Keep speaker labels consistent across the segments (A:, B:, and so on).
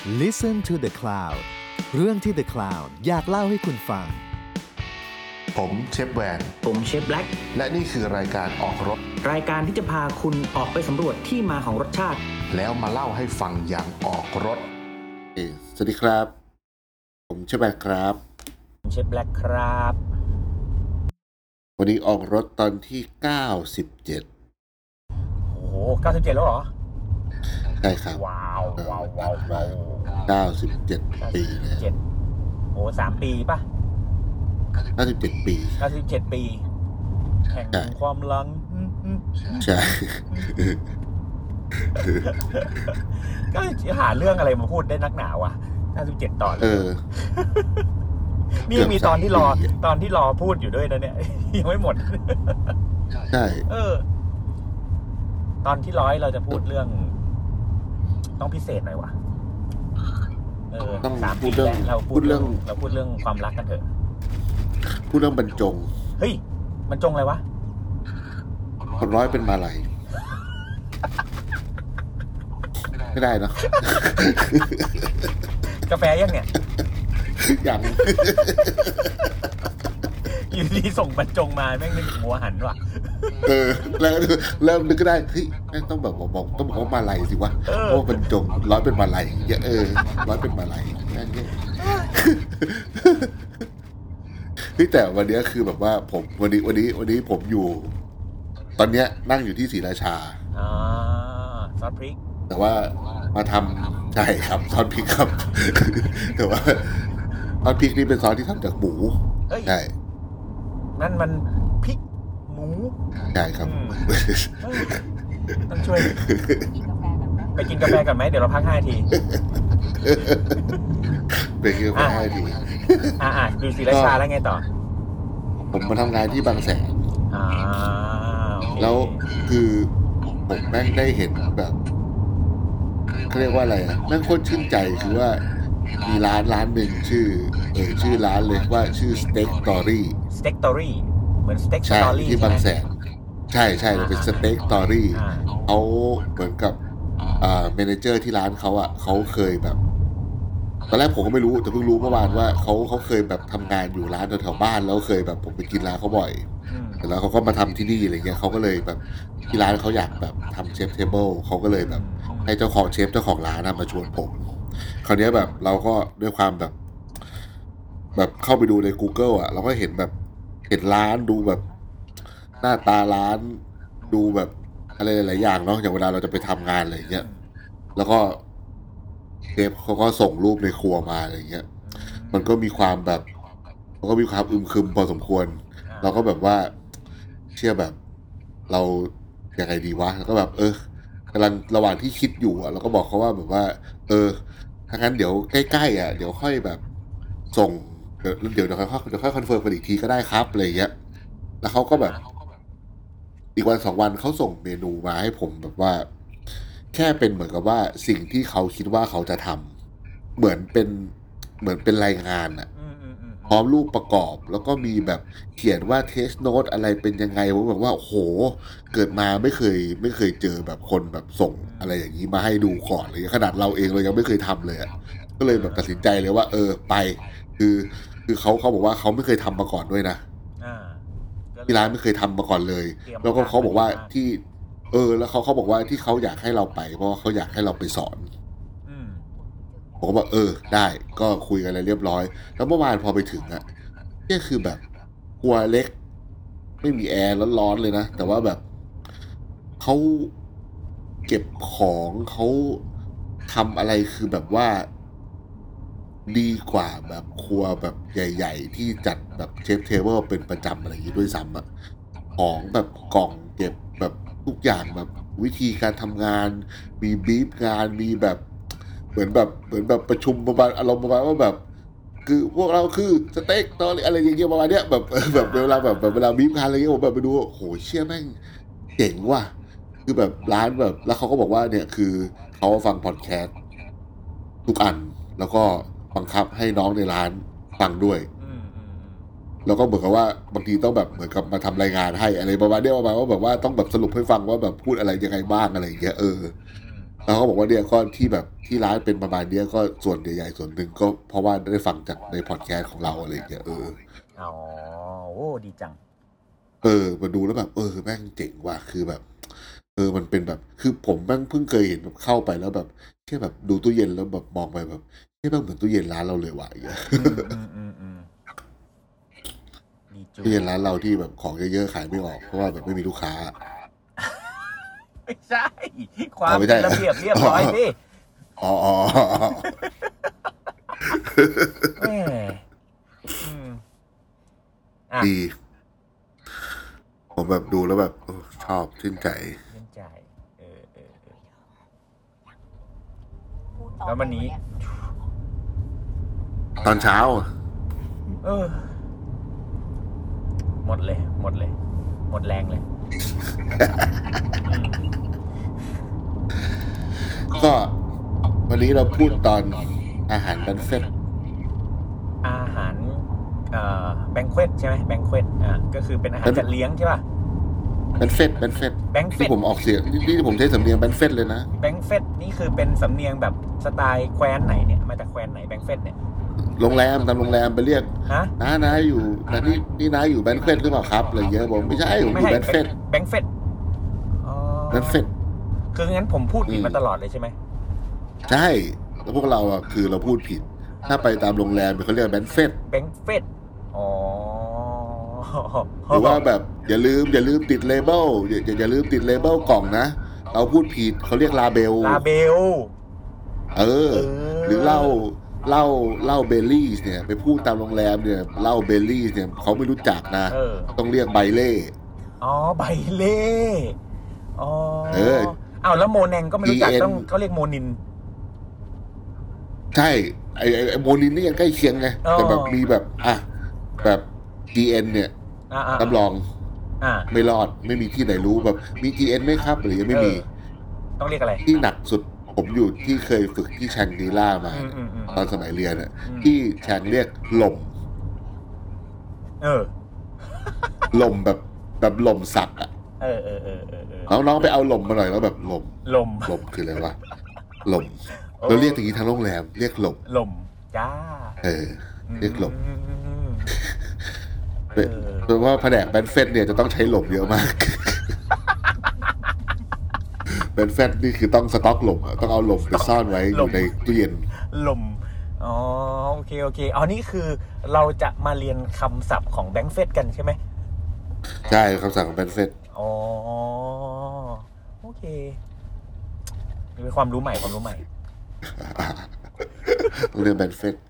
A: Listen to the Cloud เรื่องที่ The Cloud อยากเล่าให้คุณฟัง
B: ผมเชฟแวน
C: ผมเชฟแบล็ก
B: และนี่คือรายการออกรถ
C: รายการที่จะพาคุณออกไปสำรวจที่มาของรสชาติ
B: แล้วมาเล่าให้ฟังอย่างออกรถ
D: สวัสดีครับผมเชฟแวนครับ
C: ผมเชฟแบล็กครับ
D: วันนี้ออกรถตอนที่97
C: โอ้โห97แล้วเหรอ
D: ใช่ครับ
C: ว้าว
D: 97ปีเลย
C: โอ้3ปีป่ะ
D: 97ปี
C: 97ปีแห่งความหลัง
D: ใช่
C: ก็หาเรื่องอะไรมาพูดได้นักหนาวะ97ตอนนี่มีตอนที่รอพูดอยู่ด้วยนะเนี่ยยังไม่หมด
D: ใช่
C: ตอนที่100เราจะพูดเรื่องต้องพิเศษหน่อยวะ
D: ต้อง
C: 3ปีแล้วเราพูดเรื่องความรักกันเถอะ
D: พูดเรื่องบรรจง
C: เฮ้ยบรรจงอะไรวะ
D: คนร้อยเป็นมาลัยไม่ได้เนาะ
C: กาแฟยังเนี่ย
D: ยัง
C: อยู่ดีส่งบรรจงมาแม่งนึกถึงหัวหันว่ะ
D: แล้วนึกก็ได้เฮ้ยต้องแบบบอกต้องบอกว่ามาลัยสิวะเพราะบรรจงร้อยเป็นมาลัยร้อยเป็นมาลัยนั่นเองแต่วันนี้คือแบบว่าผมวันนี้ผมอยู่ตอนเนี้ยนั่งอยู่ที่ศรีราชา
C: ซอสพริก
D: แต่ว่ามาทำใช่ครับซอสพริกครับแต่ว่าซอสพริกนี่เป็นซอสที่ทำจากหมูใช่
C: นั่นมันพริกหมู
D: ใช่ครับ
C: ต้องช่วยไปกินกาแฟกันไหมเดี๋ยวเราพัก5 นาที
D: ไปกินกาแฟ5 นาที
C: ดูศรีราชาแล้วไงต่อ
D: ผมมาทำงานที่บางแสนแล้วคือผมแม่งได้เห็นแบบเขาเรียกว่าอะไรแม่งโคตรชื่นใจคือว่ามีร้านหนึ่งชื่อร้านเลยว่าชื่อ Steak Story
C: เหมือน Steak Story
D: ที่บางแสนใช่มันเป็น Steak Story เขาเหมือนกับเมเนเจอร์ที่ร้านเขาเขาเคยแบบตอนแรกผมก็ไม่รู้แต่เพิ่งรู้เมื่อวานว่าเขาเคยแบบทำงานอยู่ร้านแถวบ้านแล้วเคยแบบผมไปกินร้านเขาบ่อยแล้วเขาก็มาทำที่นี่อะไรเงี้ยเขาก็เลยแบบที่ร้านเขาอยากแบบทำเชฟเทเบิลเขาก็เลยแบบให้เจ้าของร้านมาชวนผมคราวนี้แบบเราก็ด้วยความแบบเข้าไปดูใน Google เราก็เห็นแบบเห็นร้านดูแบบหน้าตาร้านดูแบบอะไรหลายอย่างเนาะอย่างเวลาเราจะไปทำงานอะไรเงี้ยแล้วก็เชฟเขาก็ส่งรูปในครัวมาอะไรเงี้ยมันก็มีความอึมครึมพอสมควรเราก็แบบว่าเชื่อแบบเรายังไงดีวะแล้วก็แบบกำลังระหว่างที่คิดอยู่เราก็บอกเขาว่าแบบว่าถ้างั้นเดี๋ยวใกล้ๆเดี๋ยวค่อยแบบส่งเดี๋ยวค่อยคอนเฟิร์มกันอีกทีก็ได้ครับอะไรเงี้ยแล้วเขาก็แบบอีกวัน2 วันเขาส่งเมนูมาให้ผมแบบว่าแค่เป็นเหมือนกับว่าสิ่งที่เขาคิดว่าเขาจะทำเหมือนเป็นรายงานพร้อมรูปประกอบแล้วก็มีแบบเขียนว่าเทสโน้ตอะไรเป็นยังไงผมแบบว่าโอ้โหเกิดมาไม่เคยเจอแบบคนแบบส่งอะไรอย่างนี้มาให้ดูก่อนเลยขนาดเราเองเรายังไม่เคยทำเลยก็เลยแบบตัดสินใจเลยว่าไปคือเขาบอกว่าเขาไม่เคยทำมาก่อนด้วยนะที่ร้านไม่เคยทำมาก่อนเลยแล้วก็เขาบอกว่าที่แล้วเขาบอกว่าที่เขาอยากให้เราไปเพราะเขาอยากให้เราไปสอนผมก็บอกได้ก็คุยกันอะไรเรียบร้อยแล้วเมื่อวานพอไปถึงนี่คือแบบครัวเล็กไม่มีแอร์ร้อนๆเลยนะแต่ว่าแบบเขาเก็บของเขาทำอะไรคือแบบว่าดีกว่าแบบครัวแบบใหญ่ๆที่จัดแบบเชฟเทเบิลเป็นประจำอะไรอย่างนี้ด้วยซ้ำของแบบกล่องเก็บแบบทุกอย่างแบบวิธีการทำงานมีบีฟงานมีแบบเหมือนแบบประชุมประมาณอารมณ์ประมาณว่าแบบคือพวกเราคือสเต็กตออะไรอย่างเงี้ยประมาณเนี้ยแบบเวลาแบบเวลาบีฟงานอะไรเงี้ยผมแบบไปดูโหเชี่ยแม่งเจ๋งว่ะคือแบบร้านแบบแล้วเขาก็บอกว่าเนี่ยคือเขาฟังพอดแคสต์ทุกอันแล้วก็บังคับให้น้องในร้านฟังด้วยแล้วก็เหมือนกับว่าบางทีต้องแบบเหมือนกับมาทำรายงานให้อะไรประมาณนี้ประมาณว่าแบบว่าต้องแบบสรุปให้ฟังว่าแบบพูดอะไรยังไงบ้างอะไรอย่างเงี้ยแล้วเขาบอกว่าเนี่ยก็ที่แบบที่ร้านเป็นประมาณเนี้ยก็ส่วนใหญ่ๆส่วนหนึ่งก็เพราะว่าได้ฟังจากในพอดแคสต์ของเราอะไรอย่างเงี้ย
C: อ๋อโอ้ดีจัง
D: มาดูแล้วแบบแม่งเจ๋งว่ะคือแบบมันเป็นแบบคือผมแม่งเพิ่งเคยเห็นแบบเข้าไปแล้วแบบแค่แบบดูตู้เย็นแล้วแบบมองไปแบบแค่แม่งเหมือนตู้เย็นร้านเราเลยว่ะอย่างเงี้ยตู้เย็นร้านเราที่แบบของเยอะๆขายไม่ออกเพราะว่าแบบไม่มีลูกค้า
C: ไม่ใช่ความเป็นระเบียบเรียบร้อยสิ
D: ดีผมแบบดูแล้วแบบชอบชื่นใจ
C: แล้ววันนี้
D: ตอนเช้า
C: หมดแรงเลย
D: ก็วันนี้เราพูดตอนอาหารบันเฟต
C: อาหารแบงเควตใช่ไหมแบงเควตก็คือเป็นอาหารจัดเลี้ยงใช่ป่ะ
D: แบงเฟตที่ผมออกเสียงที่ผมใช้สำเนียงแบงเฟตเลยนะ
C: แบงเฟตนี่คือเป็นสำเนียงแบบสไตล์แคว้นไหนเนี่ยมาจากแคว้นไหนแบงเฟตเนี่ย
D: โรงแรมตามโรงแรมไปเรียกน้าอยู่แต่นี่น้าอยู่แบงเฟตหรือเปล่าครับอะไรเงี้ยผมไม่ใช่ผมอยู่แบงเฟต
C: แบงเฟตคืองั้นผมพูดผิดมาตลอดเลยใช่ไหม
D: ใช่แล้วพวกเราคือเราพูดผิดถ้าไปตามโรงแรมเขาเรียกแบงเฟตหรือว่าแบบอย่าลืมติดเลเบลอย่าลืมติดเลเบลกล่องนะเราพูดผิดเขาเรียกลาเบลหรือเหล้าเบลลี่เนี่ยไปพูดตามโรงแรมเนี่ยเหล้าเบลลี่เนี่ยเขาไม่รู้จักนะต้องเรียกไบเล่
C: ไบเล่แล้วโมแนงก็ไม่รู้จักต้องเขาเรียกโมนิน
D: ใช่ไอโมนินนี่ยังใกล้เคียงไงแต่แบบมีแบบแบบ GN เนี่ยรับรองไม่รอดไม่มีที่ไหนรู้แบบมี GN ไหมครับหรือยังไม่มี
C: ต้องเรียกอะไร
D: ที่หนักสุดผมอยู่ที่เคยฝึกที่แชงดีล่ามาตอนสมัยเรียนที่แชงเรียกหล่มหล่มแบบหล่มสักน้องไปเอาหล่มมาหน่อยแล้วแบบหล่มคืออะไรวะหล่มเราเรียกอย่างนี้ทั้งโรงแรมเรียกหล่ม
C: จ้า
D: เรียกหล่มเพราะว่าแผนกแบนเฟตเนี่ยจะต้องใช้หล่มเยอะมากแบนเฟตนี่คือต้องสต็อกหล่มต้องเอาหล่มไปซ่อนไว้อยู่ในตู้เย็น
C: หล่มโอเคนี่คือเราจะมาเรียนคำศัพท์ของแบงค์เฟตกันใช่ไหม
D: ใช่คำศัพท์ของแบงค์เฟต
C: โอเคเป็นความรู้ใหม่
D: เรื่องแบนเฟต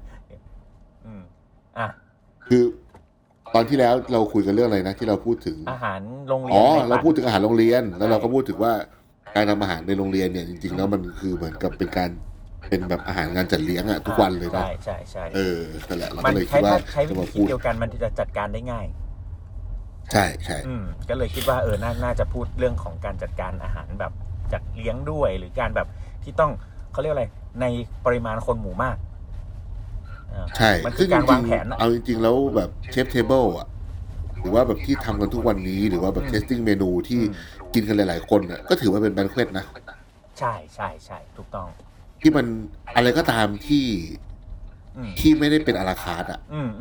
D: คือตอนที่แล้วเราคุยกันเรื่องอะไรนะที่เราพูดถึง
C: อาหารโรงเรียน
D: เราพูดถึงอาหารโรงเรียนแล้วเราก็พูดถึงว่าการทำอาหารในโรงเรียนเนี่ยจริงๆแล้วมันคือเหมือนกับเป็นแบบอาหารงานจัดเลี้ยงทุกวันเลยนะ
C: ใช่
D: นั่นแหละเราก็เลยคิดว่า
C: ใช้วิธีคิดเดียวกันมันจะจัดการได้ง่าย
D: ใช่
C: ก็เลยคิดว่าน่าจะพูดเรื่องของการจัดการอาหารแบบจัดเลี้ยงด้วยหรือการแบบที่ต้องเขาเรียกอะไรในปริมาณคนหมู่มาก
D: ใช่
C: มันคือการวางแผน
D: เอาจริงๆแล้วแบบเชฟเทเบิลหรือว่าแบบที่ทำกันทุกวันนี้หรือว่าแบบเทสติ้งเมนูที่กินกันหลายๆคนก็ถือว่าเป็นแบนเควตนะ
C: ใช่ถูกต้อง
D: ที่มันอะไรก็ตามที่ไม่ได้เป็นอาราคาร์ท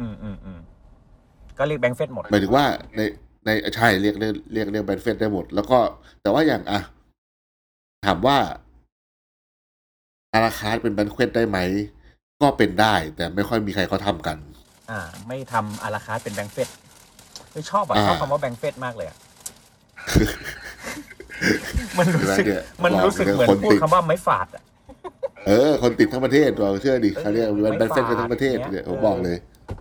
C: ก็เรียกแบงเฟตหมด
D: หมายถึงว่าในใช่เรียกแบนเฟตได้หมดแล้วก็แต่ว่าอย่างถามว่าอาราคาร์ทเป็นแบนเควตได้ไหมก็เป็นได้แต่ไม่ค่อยมีใครเขาทำกัน
C: ไม่ทำอาราคาร์ทเป็นแบงเฟตไม่ชอบชอบคำว่าแบงเฟตมากเลยมันรู้สึกเหมือนพูดคำว่าไม้ฝาด
D: คนติดทั้งประเทศเราเชื่อดิเขาเรียกแบนเฟตกันทั้งประเทศเนี่ยผมบอกเลย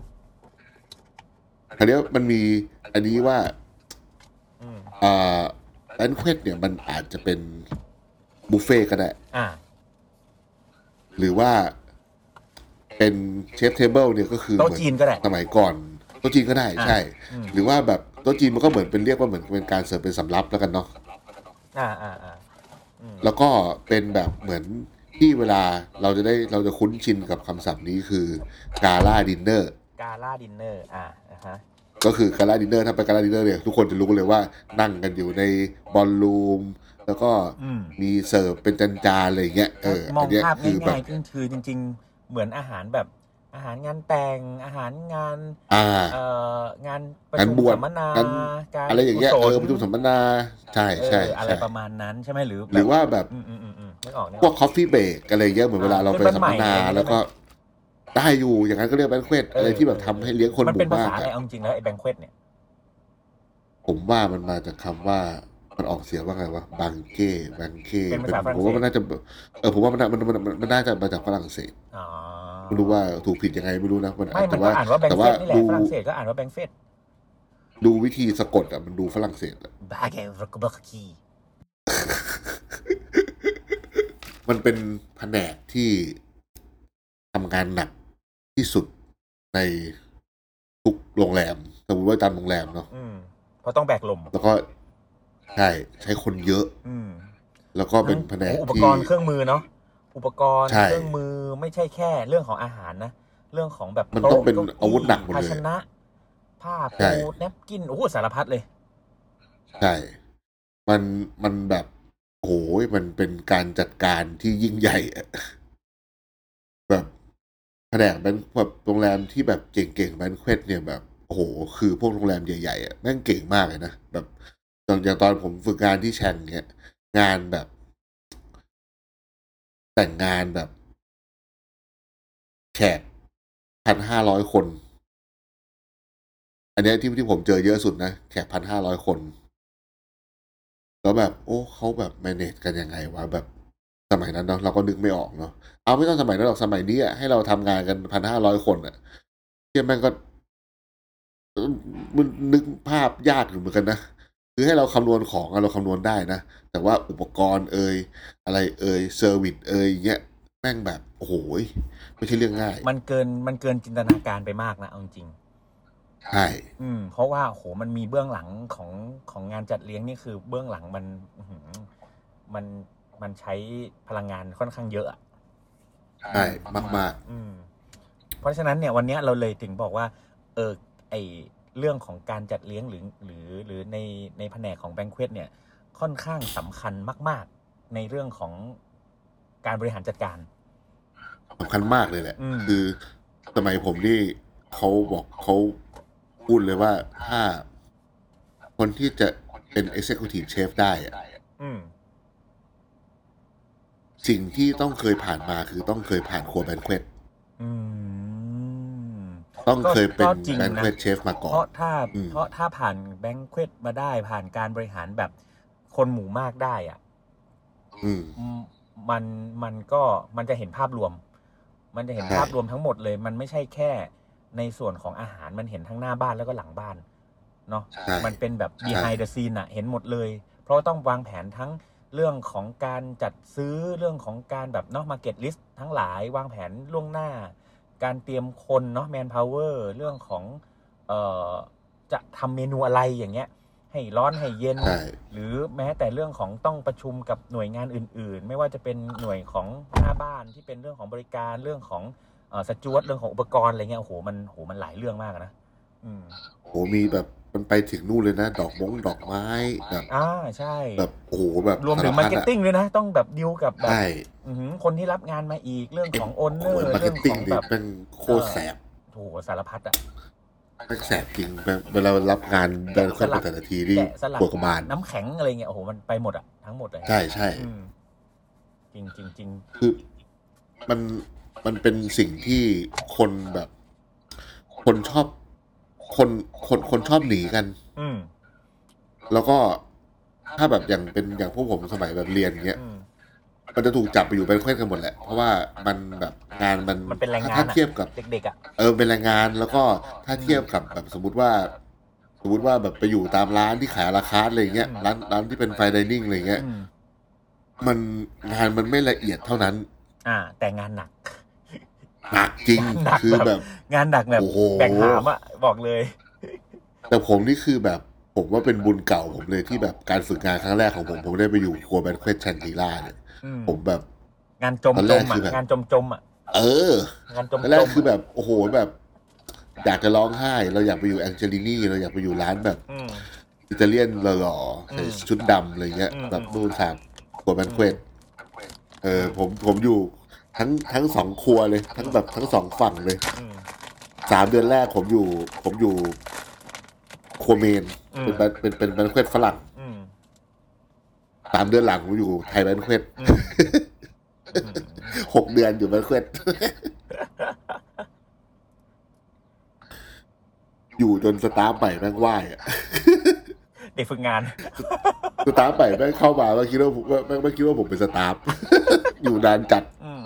D: คราวนี้มันมีอันนี้ว่าแบนเควตเนี่ยมันอาจจะเป็นบุฟเฟ่ก็ได้หรือว่าเป็นเชฟเทเบิลเนี่ยก็คือ
C: โต๊ะจีนก็ได้
D: สมัยก่อนโต๊ะจีนก็ได้ใช่หรือว่าแบบโต๊ะจีนมันก็เหมือนเป็นเรียกว่าเหมือนเป็นการเสิร์ฟเป็นสำรับแล้วกันเนาะแล้วก็เป็นแบบเหมือนที่เวลาเราจะคุ้นชินกับคำศัพท์นี้คือกาล่าดินเนอร์ก็คือกาล่าดินเนอร์ถ้าไปกาล่าดินเนอร์เนี่ยทุกคนจะรู้เลยว่านั่งกันอยู่ในบอลรูมแล้วก็มีเสิร์ฟเป็นจานๆอะไรอย่างเงี้ย
C: มอ
D: อั
C: ง
D: นเนี้ย
C: ภาพ
D: คือแบบ
C: ง่ายๆคือจริงๆเหมือนอาหารแบบอาหารงานแต่งอาหารงานงานประชุมสัมมนาการ
D: อะไรอย่างเงี้ยประชุมสัมมนาใช่ใช่
C: อะไรประมาณนั้นใช่ไหมหรือ
D: ว่าแบบพวก coffee break อะไรเงี้ยเหมือนเวลาเราไปสัมมนาแล้วก็ได้อยู่อย่างนั้นก็เรียกแบงเควตอะไรที่แบบทำให้เลี้ยงคนหมู่มาก
C: มันเป็นภาษาอะไรเอาจริงแล้วไอ้แบงเควตเนี่ย
D: ผมว่ามันมาจากคำว่ามันออกเสียงว่าไงวะบังเก้
C: เป็นภาษาฝรั่งเศส
D: ผมว่ามันน่าจะผมว่ามันน่าจะมาจากฝรั่งเศสไม่รู้ว่าถูกผิดยังไงไม่รู้นะ
C: มันอ่านว่าแบงเฟตนี่แหละฝรั่งเศสก็อ่านว่าแบงเฟต
D: ดูวิธีสะกดมันดูฝรั่งเศส
C: บาเกฟกบักคี
D: มันเป็นแผนกที่ทำงานหนักที่สุดในทุกโรงแรมสมมติว่าตามโรงแรมเนาะ
C: เพราะต้องแบกลม
D: แล้วก็ใช้คนเยอะแล้วก็เป็นแผนกที่
C: อุปกรณ์เครื่องมือเนาะอุปกรณ์เครื่องมือไม่ใช่แค่เรื่องของอาหารนะเรื่องของแบบ
D: มันต้องเป็นอาวุธหนักหมดเลย
C: ภาชนะผ้าปูแนปกินสารพัดเลย
D: ใช่มันแบบโอ้ยมันเป็นการจัดการที่ยิ่งใหญ่แบบแผนกแบบโรงแรมที่แบบเก่งๆแบนเควตเนี่ยแบบโอ้โหคือพวกโรงแรมใหญ่ๆแม่งเก่งมากเลยนะแบบอย่างตอนผมฝึกงานที่แชงเนี่ยงานแบบแต่งงานแบบแขก1,500 คนอันนี้ที่ผมเจอเยอะสุดนะแขก1,500 คนแล้วแบบเขาแบบแมเนจกันยังไงวะแบบสมัยนั้นเนาะเราก็นึกไม่ออกเนาะเอาไม่ต้องสมัยนั้นหรอกสมัยนี้ให้เราทำงานกัน1,500 คนที่แม่งก็มันนึกภาพยากอยู่เหมือนกันนะคือให้เราคำนวณของเราคำนวณได้นะแต่ว่าอุปกรณ์อะไรเซอร์วิสเงี้ยแม่งแบบโอ้โหไม่ใช่เรื่องง่าย
C: มันเกินจินตนาการไปมากนะเอาจริง
D: ใช่
C: เพราะว่ามันมีเบื้องหลังของงานจัดเลี้ยงนี่คือเบื้องหลังมันใช้พลังงานค่อนข้างเยอะ
D: ใช่มาก
C: เพราะฉะนั้นเนี่ยวันนี้เราเลยถึงบอกว่าไอเรื่องของการจัดเลี้ยงหรือในแผนกของแบงเควตเนี่ยค่อนข้างสำคัญมากๆในเรื่องของการบริหารจัดการ
D: สำคัญมากเลยแหละคือสมัยผมนี่เขาพูดเลยว่าถ้าคนที่จะเป็น Executive Chef ได้สิ่งที่ต้องเคยผ่านมาคือต้องเคยผ่านครัวแบงเควตต้องเคยเป็นแบงเควตเชฟมาก่อน
C: เพราะถ้าผ่านแบงเควตมาได้ผ่านการบริหารแบบคนหมู่มากได้มันจะเห็นภาพรวมมันจะเห็นภาพรวมทั้งหมดเลยมันไม่ใช่แค่ในส่วนของอาหารมันเห็นทั้งหน้าบ้านแล้วก็หลังบ้านเนาะมันเป็นแบบ behind the scene เห็นหมดเลยเพราะต้องวางแผนทั้งเรื่องของการจัดซื้อเรื่องของการแบบเนาะ market list ทั้งหลายวางแผนล่วงหน้าการเตรียมคนเนาะ manpower เรื่องของจะทำเมนูอะไรอย่างเงี้ยให้ร้อนให้เย็นหรือแม้แต่เรื่องของต้องประชุมกับหน่วยงานอื่นๆไม่ว่าจะเป็นหน่วยของหน้าบ้านที่เป็นเรื่องของบริการเรื่องของสจวตเรื่องของอุปกรณ์อะไรเงี้ยมันหลายเรื่องมากนะ
D: มีแบบมันไปถึงนู่นเลยนะดอกไม้แบบ
C: ใช่
D: แบบแบบ
C: รวมถึงมาร์เก็ตติ้งเลยนะต้องแบบดิวกับแบบคนที่รับงานมาอีกเรื่องของโอนเนอร์เรื่องของแบบ
D: เป็นโคตรแสบ
C: สารพัด
D: แสบจริงเวลารับงานแบนเควตแต่ละทีที่ปวดกระบาล
C: น้ำแข็งอะไรเงี้ยมันไปหมดทั้งหมดเลย
D: ใช่
C: จริง
D: คือมันเป็นสิ่งที่คนแบบคนชอบคนชอบหนีกันแล้วก็ถ้าแบบอย่างพวกผมสมัยแบบเรียนเงี้ยมันจะถูกจับไปอยู่เป็นเควสกันหมดแหละเพราะว่ามันแบบงาน
C: มันเป็นแรงงาน
D: ถ้าเทียบกับ
C: เด็ก
D: ๆเป็นแรงงานแล้วก็ถ้าเทียบกับแบบสมมติว่าแบบไปอยู่ตามร้านที่ขายราคาอะไรเงี้ยร้านที่เป็นไฟไดนิ่งอะไรเงี้ยมันงานมันไม่ละเอียดเท่านั้น
C: แต่งานหนัก
D: จริงคือแบบ
C: งานหนักแบบแบ่งหามบอกเลย
D: แต่ผมนี่คือแบบผมว่าเป็นบุญเก่าผมเลยที่แบบการฝึกงานครั้งแรกของผมได้ไปอยู่ครัวแบนเควตแชงกรีล่าเนี่ยผมแบบ
C: งานจมงานจมงานจม
D: แรกคือแบบโอ้โหแบบอยากจะร้องไห้เราอยากไปอยู่แองเจลินี่เราอยากไปอยู่ร้านแบบอิตาเลียนหล่อๆใส่ชุดดำอะไรเงี้ยแบบนู่นสามครัวแบนเควตผมอยู่ทั้งสองครัวเลยทั้งแบบทั้งสองฝั่งเลย3 เดือนแรกผมอยู่ครัวเมนเป็นแบนเควตฝรั่ง3 เดือนหลังผมอยู่ไทยแบนเควต6 เดือนอยู่แบนเควตอยู่จนสตาฟใหม่แม่งไหว้อะ
C: เด็กฝึกงาน
D: สตาฟใหม่แม่งเข้ามาแล้วคิดว่าไม่คิดว่าผมเป็นสตาฟอยู่นานจัด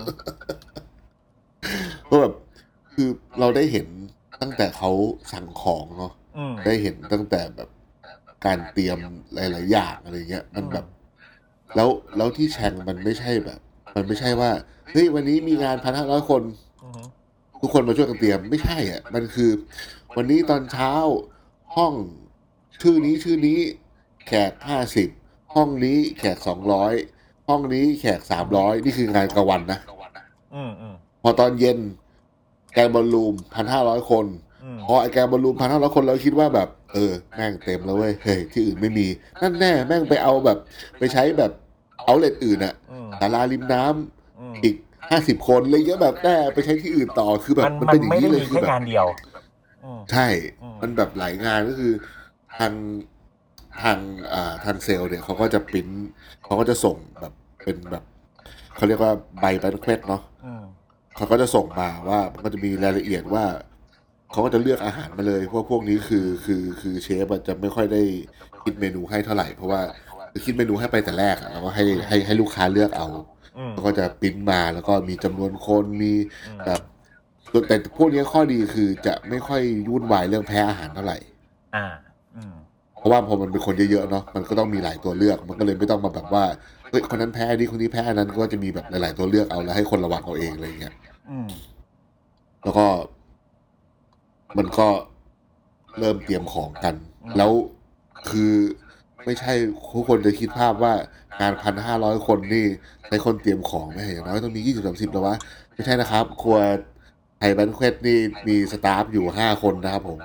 D: เพราะแบบคือเราได้เห็นตั้งแต่เขาสั่งของเนาะได้เห็นตั้งแต่แบบการเตรียมหลายๆอย่างอะไรเงี้ยมันแบบแล้วที่แชงมันไม่ใช่แบบมันไม่ใช่ว่าเฮ้ยวันนี้มีงาน 1,500 คนทุกคนมาช่วยกันเตรียมไม่ใช่อ่ะมันคือวันนี้ตอนเช้าห้องชื่อนี้แขก50ห้องนี้แขก200ห้องนี้แขก300นี่คืองานกลางวันนะพอตอนเย็นแกนบอลลูม 1,500 คนพอไอแกนบอลลูม 1,500 คนเราคิดว่าแบบแม่งเต็มแล้วเว้ยเฮ้ยที่อื่นไม่มีนั่นแน่แม่งไปเอาแบบไปใช้แบบเอาเลทอื่นอะศาลาริมน้ำอีก50 คนเลยเยอะแบบแน่ไปใช้ที่อื่นต่อคือแบบมันเป็นอย่างนี้เลย
C: คือแบบงานเดียว
D: ใช่มันแบบหลายงานก็คือทางเซลล์เนี่ยเขาก็จะปริ้นเขาก็จะส่งแบบเป็นแบบเขาเรียกว่าใบแบนเควตเนาะเขาก็จะส่งมาว่ามันก็จะมีรายละเอียดว่าเขาก็จะเลือกอาหารมาเลยพวกนี้คือเชฟจะไม่ค่อยได้คิดเมนูให้เท่าไหร่เพราะว่าคิดเมนูให้ไปแต่แรกแล้วก็ให้ลูกค้าเลือกเอาแล้วก็จะปริ้นมาแล้วก็มีจำนวนคนมีแบบแต่พวกนี้ข้อดีคือจะไม่ค่อยยุ่นวายเรื่องแพ้อาหารเท่าไหร่เพราะว่าพอมันเป็นคนเยอะๆเนาะมันก็ต้องมีหลายตัวเลือกมันก็เลยไม่ต้องมาแบบว่าเฮ้ยคนนั้นแพ้นี่คนนี้แพ้นั้นก็จะมีแบบหลายๆตัวเลือกเอาแล้วให้คนระวังเอาเองอะไรเงี้ยแล้วก็มันก็เริ่มเตรียมของกันแล้วคือไม่ใช่ทุกคนจะคิดภาพว่างาน 1,500 คนนี่ใช้คนเตรียมของไม่อย่างน้อยต้องมี20-30แล้ววะไม่ใช่นะครับครัวไทยแบนเควตนี่มีสตาฟอยู่5 คนนะครับผม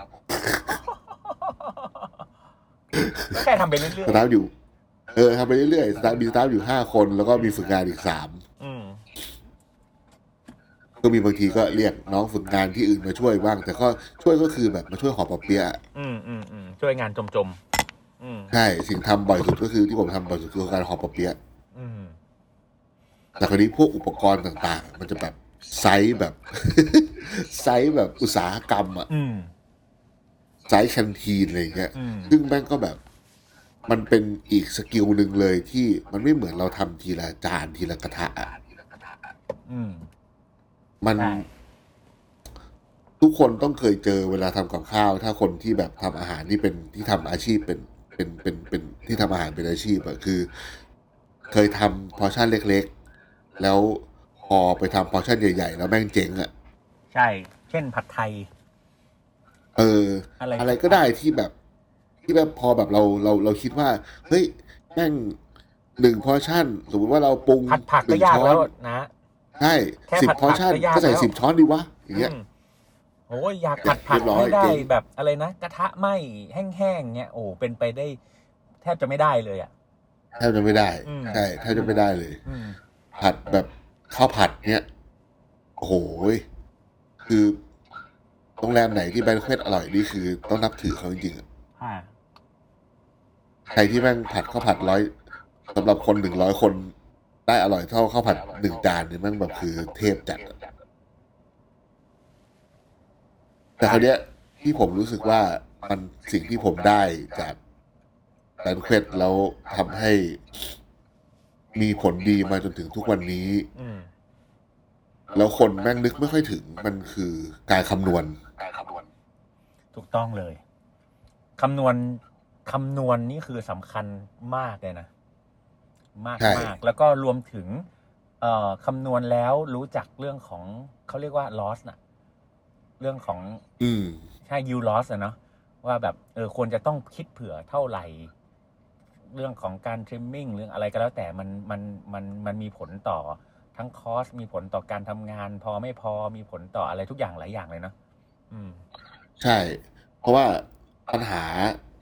C: แค่ทำไปเรื่อยๆ
D: สตาฟอยู่ทำไปเรื่อยๆมีสตาฟอยู่5 คนแล้วก็มีฝึกงานอีก3ก็มีบางทีก็เรียกน้องฝึกงานที่อื่นมาช่วยบ้างแต่ก็ช่วยก็คือแบบมาช่วยห่อปอเปี๊ยะ
C: ช่วยงานจม
D: ใช่สิ่งทำบ่อยสุดก็คือที่ผมทำบ่อยสุดคือการห่อปอเปี๊ยะแต่คราวนี้พวกอุปกรณ์ต่างๆมันจะแบบไซส์แบบ ไซส์แบบอุตสาหกรรมอ่ะไซส์แคนทีนอะไรเงี้ยซึ่งแม่งก็แบบมันเป็นอีกสกิลหนึ่งเลยที่มันไม่เหมือนเราทำทีละจานทีละกระทะอ่ะมันทุกคนต้องเคยเจอเวลาทำกับข้าวถ้าคนที่แบบทำอาหารที่เป็นที่ทำอาชีพเป็นที่ทำอาหารเป็นอาชีพอะคือเคยทำพอร์ชั่นเล็กๆแล้วพอไปทำพอร์ชั่นใหญ่ๆแล้วแม่งเจ๊งอะ
C: ใช่เช่นผัดไทย
D: อะไรก็ได้ที่แบบพอแบบเราคิดว่าเฮ้ยแม่ง1 พอร์ชั่นสมมติว่าเราปรุง
C: ผักก็ยากแล้วนะ
D: ใช่10 พอร์ชั่นก็ใส่10 ช้อนดีวะอย่างเงี้ย
C: โอ้ยอยากผัดไม่ได้แบบอะไรนะกระทะไหม้แห้งๆเงี้ยโอ้เป็นไปได้แทบจะไม่ได้เลยอ่ะ
D: แทบจะไม่ได้ใช่แทบจะไม่ได้เลยผัดแบบข้าวผัดเนี้ยโอ้โหคือโรงแรมไหนที่แบนเควตอร่อยนี่คือต้องนับถือเขาจริงๆอ่ะใครที่แม่งผัดข้าวผัด100สำหรับคน100 คนได้อร่อยเท่าข้าวผัด1 จานเนี่ยแม่งแบบคือเทพจัดแต่คราวเนี้ยที่ผมรู้สึกว่ามันสิ่งที่ผมได้จากแบนเควตแล้วทำให้มีผลดีมาจนถึงทุกวันนี้แล้วคนแม่งนึกไม่ค่อยถึงมันคือการคำนวณ
C: ถูกต้องเลยคำนวณนี่คือสำคัญมากเลยนะมากแล้วก็รวมถึงคำนวณแล้วรู้จักเรื่องของเขาเรียกว่า loss น่ะเรื่องของใช่ yield loss อะเนาะว่าแบบควรจะต้องคิดเผื่อเท่าไหร่เรื่องของการ trimming เรื่องอะไรก็แล้วแต่มันมีผลต่อทั้งคอสมีผลต่อการทำงานพอไม่พอมีผลต่ออะไรทุกอย่างหลายอย่างเลยเนาะ
D: ใช่เพราะว่าปัญหา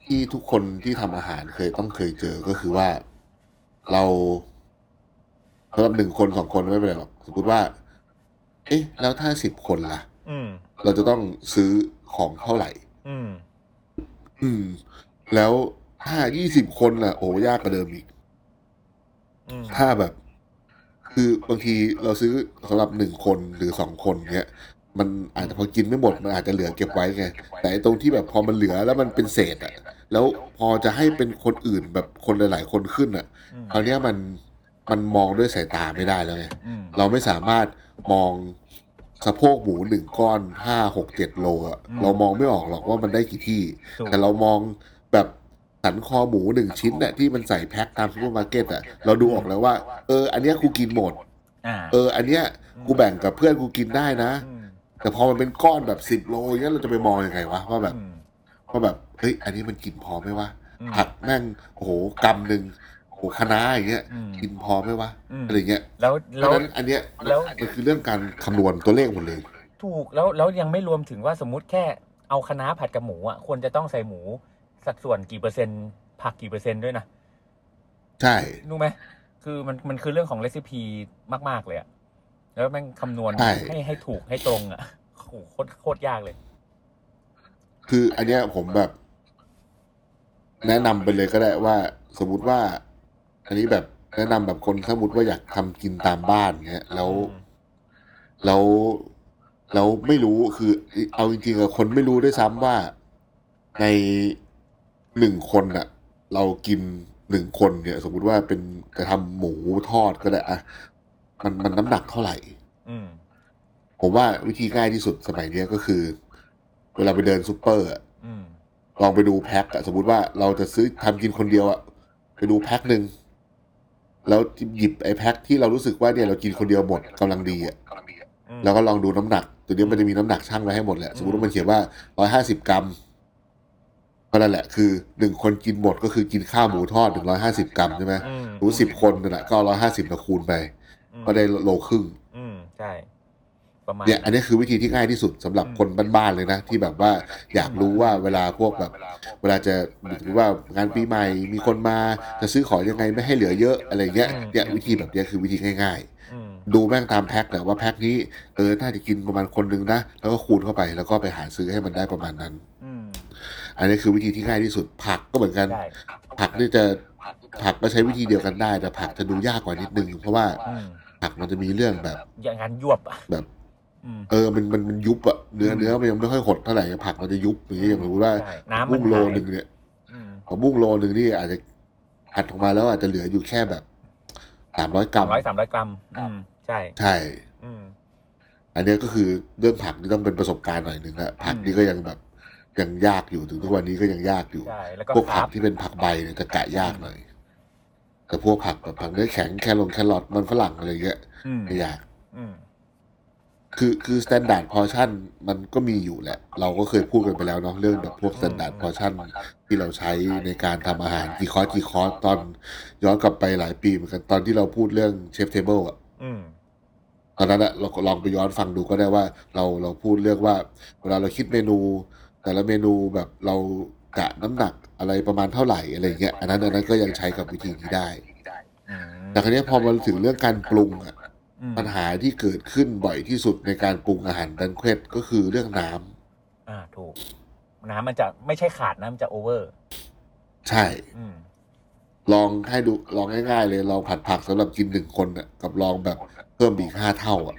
D: ที่ทุกคนที่ทำอาหารเคยเจอก็คือว่าเราสำหรับ1 คน2 คนไม่เป็นไรหรอกสมมติว่า เอ๊ะแล้วถ้า10 คนล่ะ
C: อืม
D: เราจะต้องซื้อของเท่าไหร่
C: อืม
D: อืม แล้วถ้า20 คนล่ะ โอ้ยากกว่าเดิมอีก
C: อืม
D: ถ้าแบบ คือบางทีเราซื้อสำหรับ1 คนหรือ2 คนเนี้ย มันอาจจะพอกินไม่หมดมันอาจจะเหลือเก็บไว้ไงแต่ตรงที่แบบพอมันเหลือแล้วมันเป็นเศษอ่ะแล้วพอจะให้เป็นคนอื่นแบบคนหลายๆคนขึ้นอ่ะคราวเนี้ยมันมองด้วยสายตาไม่ได้แล้วไงเราไม่สามารถมองสะโพกหมู1 ก้อน5 6 7 โลอ่ะเรามองไม่ออกหรอกว่ามันได้กี่ที่ แต่เรามองแบบสันคอหมู1 ชิ้นน่ะที่มันใส่แพ็คตามซูเปอร์มาร์เก็ตอ่ะเราดูออกแล้วว่าอันเนี้ยกูกินหมดอันเนี้ยกูแบ่งกับเพื่อนกูกินได้นะแต่พอมันเป็นก้อนแบบ10 โลอย่างเงี้ยเราจะไปมองยังไงวะว่าแบบเฮ้ยอันนี้มันกินพอไหมวะผักแม่งโอ้โหกำหนึ่งโอ้โหคะน้าอย่างเงี้ยกินพอไหมวะอะไรเงี้ย
C: แล้ว
D: นั้นอันเนี้ยมันคือเรื่องการคำนวณตัวเลขหมดเลย
C: ถูกแล้วยังไม่รวมถึงว่าสมมุติแค่เอาคะน้าผัดกับหมูอ่ะควรจะต้องใส่หมูสัดส่วนกี่เปอร์เซ็นต์ผักกี่เปอร์เซ็นต์ด้วยนะ
D: ใช่
C: รู้ไหมคือมันคือเรื่องของเรซิปีมากๆเลยอ่ะแล้วแม่งคำนวณให้ถูกให้ตรงอ่ะโอ้โหโคตรยากเลย
D: คืออันเนี้ยผมแบบแนะนำไปเลยก็ได้ว่าสมมุติว่าอันนี้แบบแนะนำแบบคนสมมติว่าอยากทำกินตามบ้านเงี้ยแล้วไม่รู้คือเอาจริงๆคนไม่รู้ด้วยซ้ำว่าใน1 คนอ่ะเรากิน1 คนเนี่ยสมมุติว่าเป็นจะทำหมูทอดก็ได้อะมันน้ำหนักเท่าไหร่ผมว่าวิธีง่ายที่สุดสมัยนี้ก็คือเวลาไปเดินซูเปอร์ลองไปดูแพ็คอะสมมติว่าเราจะซื้อทำกินคนเดียวอะไปดูแพ็คหนึ่งแล้วหยิบไอ้แพ็คที่เรารู้สึกว่าเนี่ยเรากินคนเดียวหมดกำลังดีอะแล้วก็ลองดูน้ำหนักตัวนี้มันจะมีน้ำหนักชั่งไว้ให้หมดแหละสมมติว่ามันเขียนว่า150 กรัมก็นั่นแหละคือ1 คนกินหมดก็คือกินข้าวหมูทอด150 กรัมใช่ไหมรู้10 คนนั่นแหละก็150มาคูณไปก็ได้โลครึ่ง
C: ใช่ประมาณ
D: เนี่ยอันนี้คือวิธีที่ง่ายที่สุดสำหรับคนบ้านๆเลยนะที่แบบว่าอยากรู้ว่าเวลาพวกแบบเวลาจะหรือว่างานปีใหม่มีคนมาจะซื้อของยังไงไม่ให้เหลือเยอะอะไรเงี้ยเนี่ยวิธีแบบนี้คือวิธีง่ายๆดูแม่งตามแพ็คแหละว่าแพ็คนี้น่าจะกินประมาณคนนึงนะแล้วก็คูณเข้าไปแล้วก็ไปหาซื้อให้มันได้ประมาณนั้นอันนี้คือวิธีที่ง่ายที่สุดผักก็เหมือนกันผักนี่จะผักก็ใช้วิธีเดียวกันได้แต่ผักจะดูยากกว่านิดนึงเพราะว่าผักมันจะมีเรื่องแบบ
C: อย่างนั้นยวบ
D: แบบมันยุบอะเนื้อมันยังไม่ค่อยหดเท่าไหร่ผักมันจะยุบอย่างนี้อย่างรู้ว่าบุ้งโลนึงเนี่ยบุ้งโลนึงนี่อาจจะผัดออกมาแล้วอาจจะเหลืออยู่แค่แบบ300 กรัม
C: 300 กรัมใ
D: ช่อันนี้ก็คือเรื่องผักนี่ต้องเป็นประสบการณ์หน่อยนึงนะผักนี่ก็ยังแบบยังยากอยู่ถึงทุกวันนี้ก็ยังยากอยู่พวกผักที่เป็นผักใบเนี่ยจะกะยากหน่อยแต่พวกผักแบบผักเนื้อแข็งแครอทมันฝรั่งอะไรเงี้ยไม่ยากคือ standard portion มันก็มีอยู่แหละเราก็เคยพูดกันไปแล้วเนาะเรื่องแบบพวก standard portion ที่เราใช้ในการทำอาหารกี่คอร์สตอนย้อนกลับไปหลายปีเหมือนกันตอนที่เราพูดเรื่องเชฟเทเบิลอ่ะตอนนั้นอะเราลองไปย้อนฟังดูก็ได้ว่าเราพูดเรื่องว่าเวลาเราคิดเมนูแต่ละเมนูแบบเรากะน้ำหนักอะไรประมาณเท่าไหร่อะไรเงี้ยอันนั้นก็ยังใช้กับวิธีนี้ได้แต่คราวนี้พอมาถึงเรื่องการปรุงอะปัญหาที่เกิดขึ้นบ่อยที่สุดในการปรุงอาหารแบนเควตก็คือเรื่องน้
C: ำถูกน้ำมันจะไม่ใช่ขาดน้ำจะโอเวอร์
D: ใช่ลองให้ดูลองง่ายๆเลยลองผัดผักสำหรับกิน1 คนอะกับลองแบบเพิ่มอีก5 เท่าอะ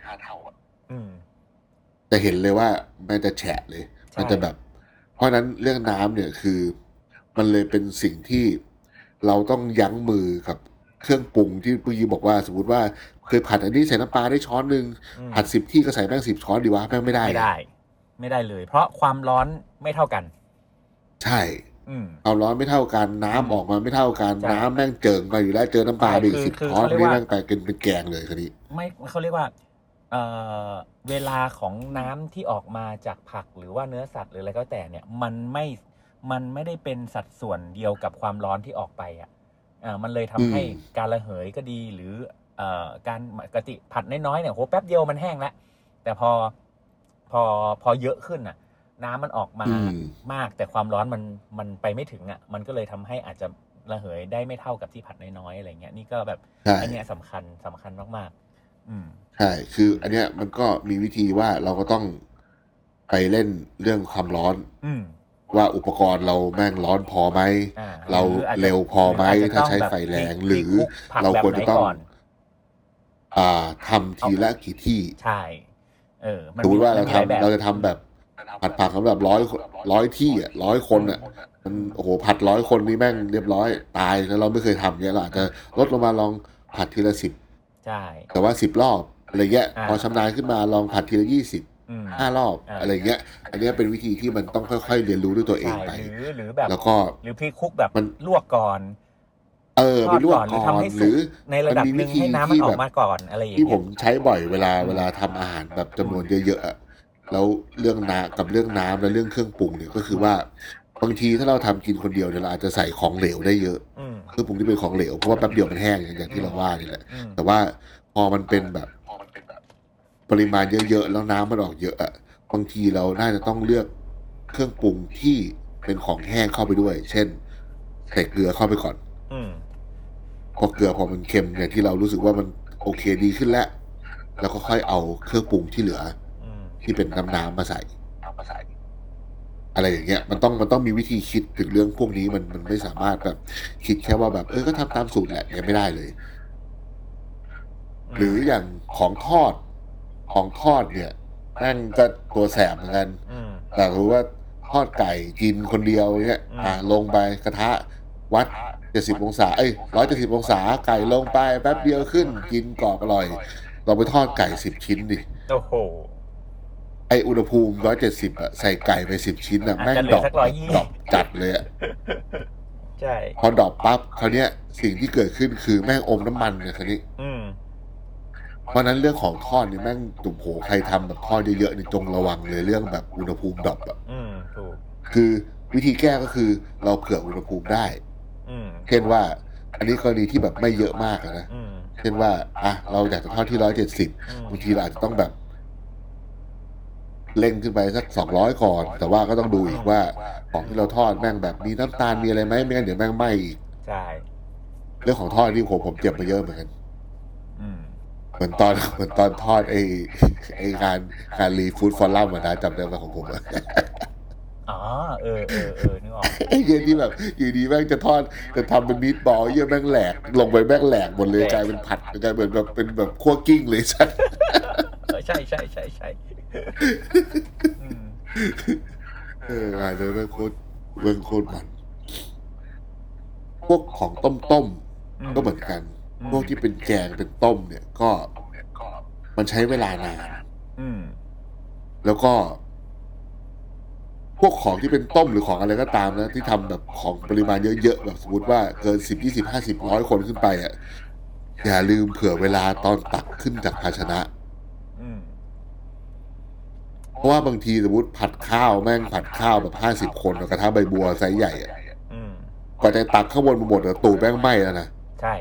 D: แต่เห็นเลยว่ามันจะแฉะเลยมันจะแบบเพราะนั้นเรื่องน้ำเนี่ยคือมันเลยเป็นสิ่งที่เราต้องยั้งมือกับเครื่องปรุงที่ปุ้ยบอกว่าสมมติว่าเคยผัดอันนี้ใส่น้ำปลาได้ช้อนนึงผัด10 ที่ก็ใส่แป้ง10 ช้อนดีวะแป้งไม่ได้
C: เลยเพราะความร้อนไม่เท่ากัน
D: ใช่ความร้อนไม่เท่ากันน้ำออกมาไม่เท่ากันน้ำแม่งเจิ่งมาอยู่แล้วเจอน้ำปลาอีก10 ช้อนนี่แม่งไปเป็นแกงเลยคดี
C: ไม่เขาเรียกว่าเวลาของน้ำที่ออกมาจากผักหรือว่าเนื้อสัตว์หรืออะไรก็แต่เนี่ยมันไม่ได้เป็นสัดส่วนเดียวกับความร้อนที่ออกไปมันเลยทำให้การระเหยก็ดีหรือการปกติผัดน้อยๆเนี่ยโหแป๊บเดียวมันแห้งแล้วแต่พอเยอะขึ้นน้ำมันออกมา
D: อืม
C: มากแต่ความร้อนมันไปไม่ถึงอ่ะมันก็เลยทำให้อาจจะระเหยได้ไม่เท่ากับที่ผัดน้อยๆอะไรเงี้ยนี่ก็แบบ
D: ใช่
C: อันเนี้ยสำคัญมากๆ
D: ใช่คืออันเนี้ยมันก็มีวิธีว่าเราก็ต้องไปเล่นเรื่องความร้อน ว่าอุปกรณ์เราแม่งร้อนพอไหม เรา
C: หรืออาจจะ
D: เร็วพอไหม
C: หรืออาจจะ
D: ถ้า
C: ต้อง
D: ใช้
C: แบบ
D: ไฟแรง
C: พลิก
D: หรือ
C: คลุกผัด
D: เราควรจะต้อง
C: แบบไหนก่อน
D: ทำทีละกี่ที่
C: ใช่มัน
D: สมมติว่าเรา
C: หลยแบบ
D: เราจะทำแบบผัดผักสำหรับร้อยที่อ่ะ100 คนอ่ะมันโอ้โหผัด100 คนนี่แม่งเรียบร้อยตายแล้วเราไม่เคยทำเงี้ยเราอาจจะลดลงมาลองผัดทีละ10
C: ใช่
D: แต่ว่า10 รอบอะไรเงี้ย
C: อ่า
D: พอชำนาญขึ้นมาลองผัดทีละ20 5 รอบ
C: อ่า
D: อะไรเงี้ย อันเนี้ยเป็นวิธีที่มันต้องค่อยๆเรียนรู้ด้วยตัวเอง
C: ใช่
D: ไป
C: หรือแบบ
D: แล้วก็
C: หรือพลิกคลุกแบบ
D: มัน
C: ลวกก่อน
D: ไปลวก
C: หรือ
D: ก่อ
C: ทำ
D: น
C: ให้
D: ห
C: สุ
D: รื
C: ก
D: อ
C: ในระดับหนึ่งให้น้ำมันออกมาก่อนอะไรอย่าง
D: ที่
C: เงี้ย
D: ผมใช้บ่อยเวลาทำอาหารแบบจำนวนเยอะๆอะแล้วเรื่องน้ำกับเรื่องน้ำและเรื่องเครื่องปรุงเนี่ยก็คือว่าบางทีถ้าเราทำกินคนเดียวเนี่ยเราอาจจะใส่ของเหลวได้เยอะ เครื่องปรุงที่เป็นของเหลวเพราะว่าแป๊บเดียวมันแห้งอย่างที่เราว่านี่แหละ แต่ว่าพอมันเป็นแบบปริมาณเยอะๆแล้วน้ำมันออกเยอะอะบางทีเราน่าจะต้องเลือกเครื่องปรุงที่เป็นของแห้งเข้าไปด้วย เช่นใส่เกลือเข้าไปก่อนพอเกลือพอมันเค็มเนี่ยที่เรารู้สึกว่ามันโอเคดีขึ้นแล้วแล้วก็ค่อยเอาเครื่องปรุงที่เหลือที่เป็นน้ำมาใส่อะไรอย่างเงี้ยมันต้องมีวิธีคิดถึงเรื่องพวกนี้มันไม่สามารถแบบคิดแค่ว่าแบบก็ทำตามสูตรแหละยังไม่ได้เลย หรืออย่างของทอดเนี่ยแม่งก็ตัวแสบเหมือนกันแต่รู้ว่าทอดไก่กินคนเดียวเนี่ยลงไปกระทะวัด70 องศา170 องศาไก่ลงไปแป๊บเดียวขึ้นกินกรอบอร่อยเราไปทอดไก่10 ชิ้นดิ
C: โอ้โห
D: ไออุณหภูมิ170อ่ะใส่ไก่ไป10 ชิ้นอ่ะแม่ง
C: อาจจะเหลื
D: ด
C: อ
D: รอป
C: สัก120
D: ดรอปจัดเลยอ่ะ
C: ใช่
D: พอดรอปปั๊บคราวเนี้ยสิ่งที่เกิดขึ้นคือแม่งอมน้ำมันเนี่ยคราวนี้เพราะนั้นเรื่องของทอดนี่แม่งตุ่มโหใครทำแบบทอดเยอะๆนี่จงระวังเลยเรื่องแบบอุณหภูมิดรอปอ่ะ
C: ถูก
D: คือวิธีแก้ก็คือเราเผื่ออุณหภูมิได้เช่นว่าอันนี้กรณีที่แบบไม่เยอะมากอะนะเช่นว่าเราอยากจะทอดที่170บางทีเราอาจจะต้องแบบเร่งขึ้นไปสัก200ก่อนแต่ว่าก็ต้องดูอีกว่าของที่เราทอดแม่งแบบมีน้ำตาลมีอะไรไหมไม่งั้นเดี๋ยวแม่งไหม้อีก
C: ใช่
D: เรื่องของทอดนี่ผมเจ็บมาเยอะเหมือนกันเหมือนตอนทอดไองานรีฟู้ดฟอรัมนะจำได้ไหมของผมอะ
C: อ๋อนึกออก
D: ไอ้เย็นที่แบบอยู่ดีแม่งจะทำเป็นมีดบอลเยี่ยแม่งแหลกลงไปแม่งแหลกหมดเลยกลายเป็นผัดกลายเหมือนแบบเป็นแบบคั่วกิ้งเลยสัส
C: ใช่
D: งานเลยแม่งโคตรมันพวกของต้มก็เหมือนกันพวกที่เป็นแกงเป็นต้มเนี่ยก็มันใช้เวลานานแล้วก็พวกของที่เป็นต้มหรือของอะไรก็ตามนะที่ทำแบบของปริมาณเยอะๆแบบสมมติว่าเกิน10 20 50 100 คนขึ้นไปอ่ะอย่าลืมเผื่อเวลาตอนตักขึ้นจากภาชนะเพราะว่าบางทีสมมติผัดข้าวแม่งผัดข้าวแบบ50 คนกระทะใบบัวไซส์ใหญ่อ่ะกว่าจะตักข้างบนหมดตูดแม่งไหม้แล้วนะ
C: ใช่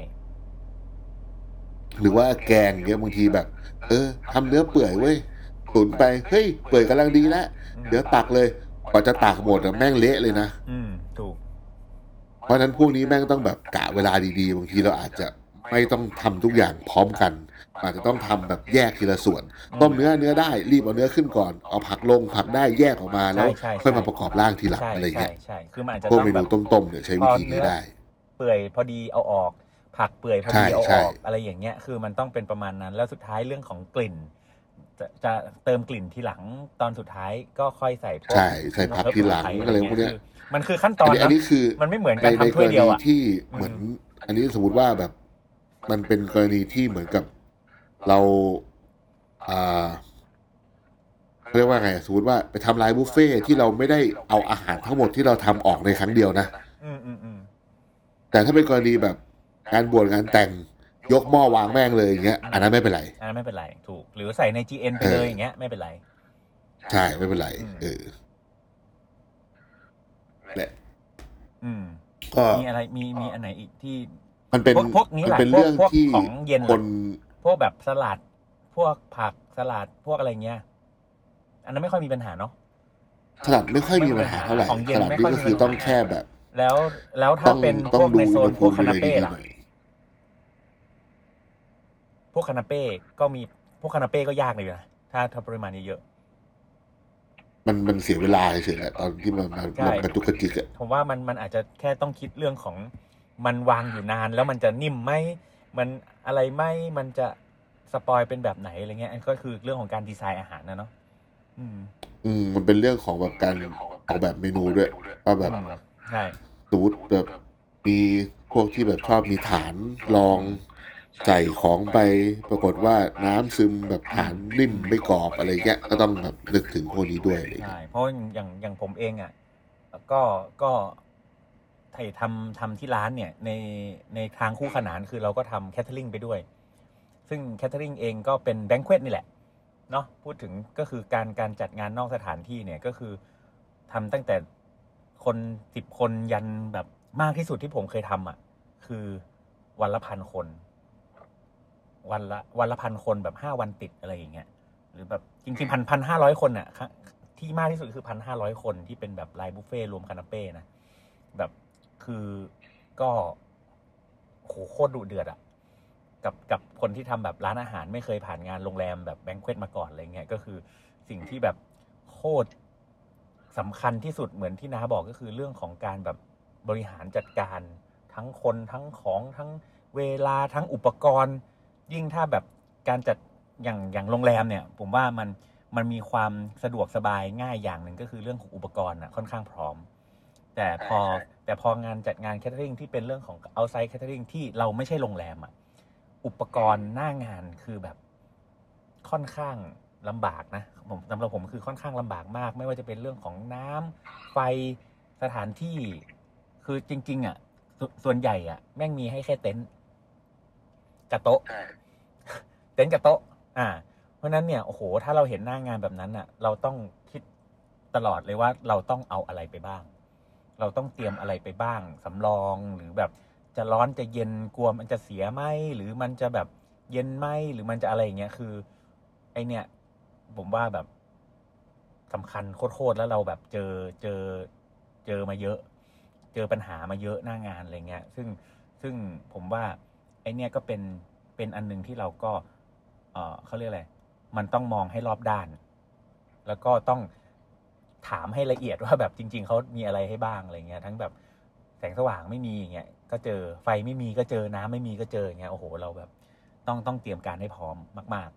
D: หรือว่าแกงเงี้ยบางทีแบบทำเนื้อเปื่อยเว้ยตุ๋นไปเฮ้ยเปื่อยกำลังดีแล้วเดี๋ยวตักเลยกว่าจะตักหมดแม่งเละเลยนะ
C: ถูก
D: เพราะฉะนั้นพวกนี้แม่งต้องแบบกะเวลาดีๆบางทีเราอาจจะไม่ต้องทำทุกอย่างพร้อมกันอาจจะต้องทำแบบแยกทีละส่วนต้มเนื้อได้รีบเอาเนื้อขึ้นก่อนเอาผักลงผักได้แยกออกมาแล้วค่อยมาประกอบร่างทีหลังอะไรเงี้ย
C: ใช่คือมันอาจจะ
D: พวก
C: ต้อง
D: เม
C: แบ
D: นู
C: บ
D: ต้มๆเนี่ยใช้วิธีนี้ได้
C: เปื่อยพอดีเอาออกผักเปื่อยพอดีเอา
D: ใช่
C: ออกอะไรอย่างเงี้ยคือมันต้องเป็นประมาณนั้นแล้วสุดท้ายเรื่องของกลิ่นจะเติมกลิ่นทีหลังตอนสุดท้ายก็ค่อยใส่พวก
D: ใช่ผักทีหลังอะไรพวกเนี้ย
C: มันคือขั้นตอน
D: อันนี้คือ
C: มันไม่เหมือนกัน
D: ใน
C: ทำถ้วยเดียว
D: กร
C: อ่ะ
D: ณีที่เหมือนอันนี้สมมติว่าแบบมันเป็นกรณีที่เหมือนกับเราเรียกว่าไงสมมติว่าไปทำร้านบุฟเฟ่ที่เราไม่ได้เอาอาหารทั้งหมดที่เราทำออกในครั้งเดียวนะแต่ถ้าเป็นกรณีแบบงานบวชงานแต่งยกหม้อวางแม่งเลยอย่างเงี้ยอันนั้นไม่เป็นไร
C: ถูกหรือใส่ใน GN ไปเลยอย่างเงี้ยไม่เป็นไร
D: ใช่ไม่เป็นไรแหละก็
C: มีอะไรมีอันไหนอีกที่
D: มันเป็น
C: พวกนี้แหละ
D: เป็นเรื่องที่
C: ของเย็น
D: คน
C: พวกแบบสลัดพวกผักสลัดพวกอะไรเงี้ยอันนั้นไม่ค่อยมีปัญหาเนาะ
D: สลัดไม่ค่อยมีปัญหาเท่าไหร่
C: ของเย็
D: ส
C: น
D: ลัด
C: ไม่
D: นี่
C: ค่อย
D: ก็
C: มี
D: คือต้องแค่แบบ
C: แล้วถ้า
D: ต้อง
C: เป็นพ
D: ต้อง
C: วก
D: ดู
C: ในโซ
D: อุ
C: น
D: ณห
C: พ
D: ภู
C: วก
D: มิ
C: คานา
D: ดี
C: เป้
D: ๆ
C: ล่ะ
D: หน่อย
C: พวกคานาเป้ก็มีพวกคานาเป้ก็ยากเลยนะถ้าปริมาณเยอะ
D: มันเสียเวลาเฉยๆแหละตอนที่มัน
C: ใช่
D: ลงกระตุกกระจิกอะ
C: ผมว่ามันอาจจะแค่ต้องคิดเรื่องของมันวางอยู่นานแล้วมันจะนิ่มไหมมันอะไรไหมมันจะสปอยเป็นแบบไหนอะไรเงี้ยอันก็คือเรื่องของการดีไซน์อาหารนะเนาะ
D: มันเป็นเรื่องของแบบการออกแบบเมนูด้วยว่าแบบ
C: ใช่
D: สมมติแบบมีพวกที่แบบชอบมีฐานรองใส่ของไปปรากฏว่าน้ำซึมแบบฐานนิ่มไม่กรอบอะไรเงี้ยก็ต้องแบบนึกถึงพวกนี้ด้วยอะไร
C: ใช่
D: เงี้ย
C: เพราะอย่างผมเองอ่ะก็ไถ่ทำที่ร้านเนี่ยในทางคู่ขนานคือเราก็ทำแคทเทอริงไปด้วย ซึ่งแคทเทอริงเองก็เป็นแบงค์เควตนี่แหละเนาะพูดถึงก็คือการจัดงานนอกสถานที่เนี่ยก็คือทำตั้งแต่คน10 คนยันแบบมากที่สุดที่ผมเคยทำอ่ะคือวันละ1,000 คนวันละ1,000 คนแบบ5 วันติดอะไรอย่างเงี้ยหรือแบบจริงๆ1,500 คนอ่ะที่มากที่สุดคือ1,500 คนที่เป็นแบบไลน์บุฟเฟ่รวมคานาเป้นะแบบคือก็โหโคตรดุเดือดอ่ะกับคนที่ทำแบบร้านอาหารไม่เคยผ่านงานโรงแรมแบบแบงค์เควตมาก่อนอะไรเงี้ยก็คือสิ่งที่แบบโคตรสำคัญที่สุดเหมือนที่น้าบอกก็คือเรื่องของการแบบบริหารจัดการทั้งคนทั้งของทั้งเวลาทั้งอุปกรณ์ยิ่งถ้าแบบการจัดอย่างโรงแรมเนี่ยผมว่ามันมีความสะดวกสบายง่ายอย่างหนึ่งก็คือเรื่องของอุปกรณ์ค่อนข้างพร้อมแต่พองานจัดงานแคทเทอริงที่เป็นเรื่องของ outside catering ที่เราไม่ใช่โรงแรมอุปกรณ์หน้างานคือแบบค่อนข้างลำบากนะสำหรับผมคือค่อนข้างลำบากมากไม่ว่าจะเป็นเรื่องของน้ำไฟสถานที่คือจริงๆส่วนใหญ่แม่งมีให้แค่เต็นท์กับโต๊ะเต็นท์กับโต๊ะเพราะนั้นเนี่ยโอ้โหถ้าเราเห็นหน้างานแบบนั้นเราต้องคิดตลอดเลยว่าเราต้องเอาอะไรไปบ้างเราต้องเตรียมอะไรไปบ้างสำรองหรือแบบจะร้อนจะเย็นกลัวมันจะเสียไหมหรือมันจะแบบเย็นไหมหรือมันจะอะไรอย่างเงี้ยคือไอเนี่ยผมว่าแบบสำคัญโคตรแล้วเราแบบเจอมาเยอะเจอปัญหามาเยอะหน้างานอะไรเงี้ยซึ่งผมว่าไอเนี่ยก็เป็นอันนึงที่เราก็เขาเรียกอะไรมันต้องมองให้รอบด้านแล้วก็ต้องถามให้ละเอียดว่าแบบจริงๆเขามีอะไรให้บ้างอะไรเงี้ยทั้งแบบแสงสว่างไม่มีอย่างเงี้ยก็เจอไฟไม่มีก็เจอน้ำไม่มีก็เจออย่างเงี้ยโอ้โหเราแบบต้องเตรียมการให้พร้อมมาก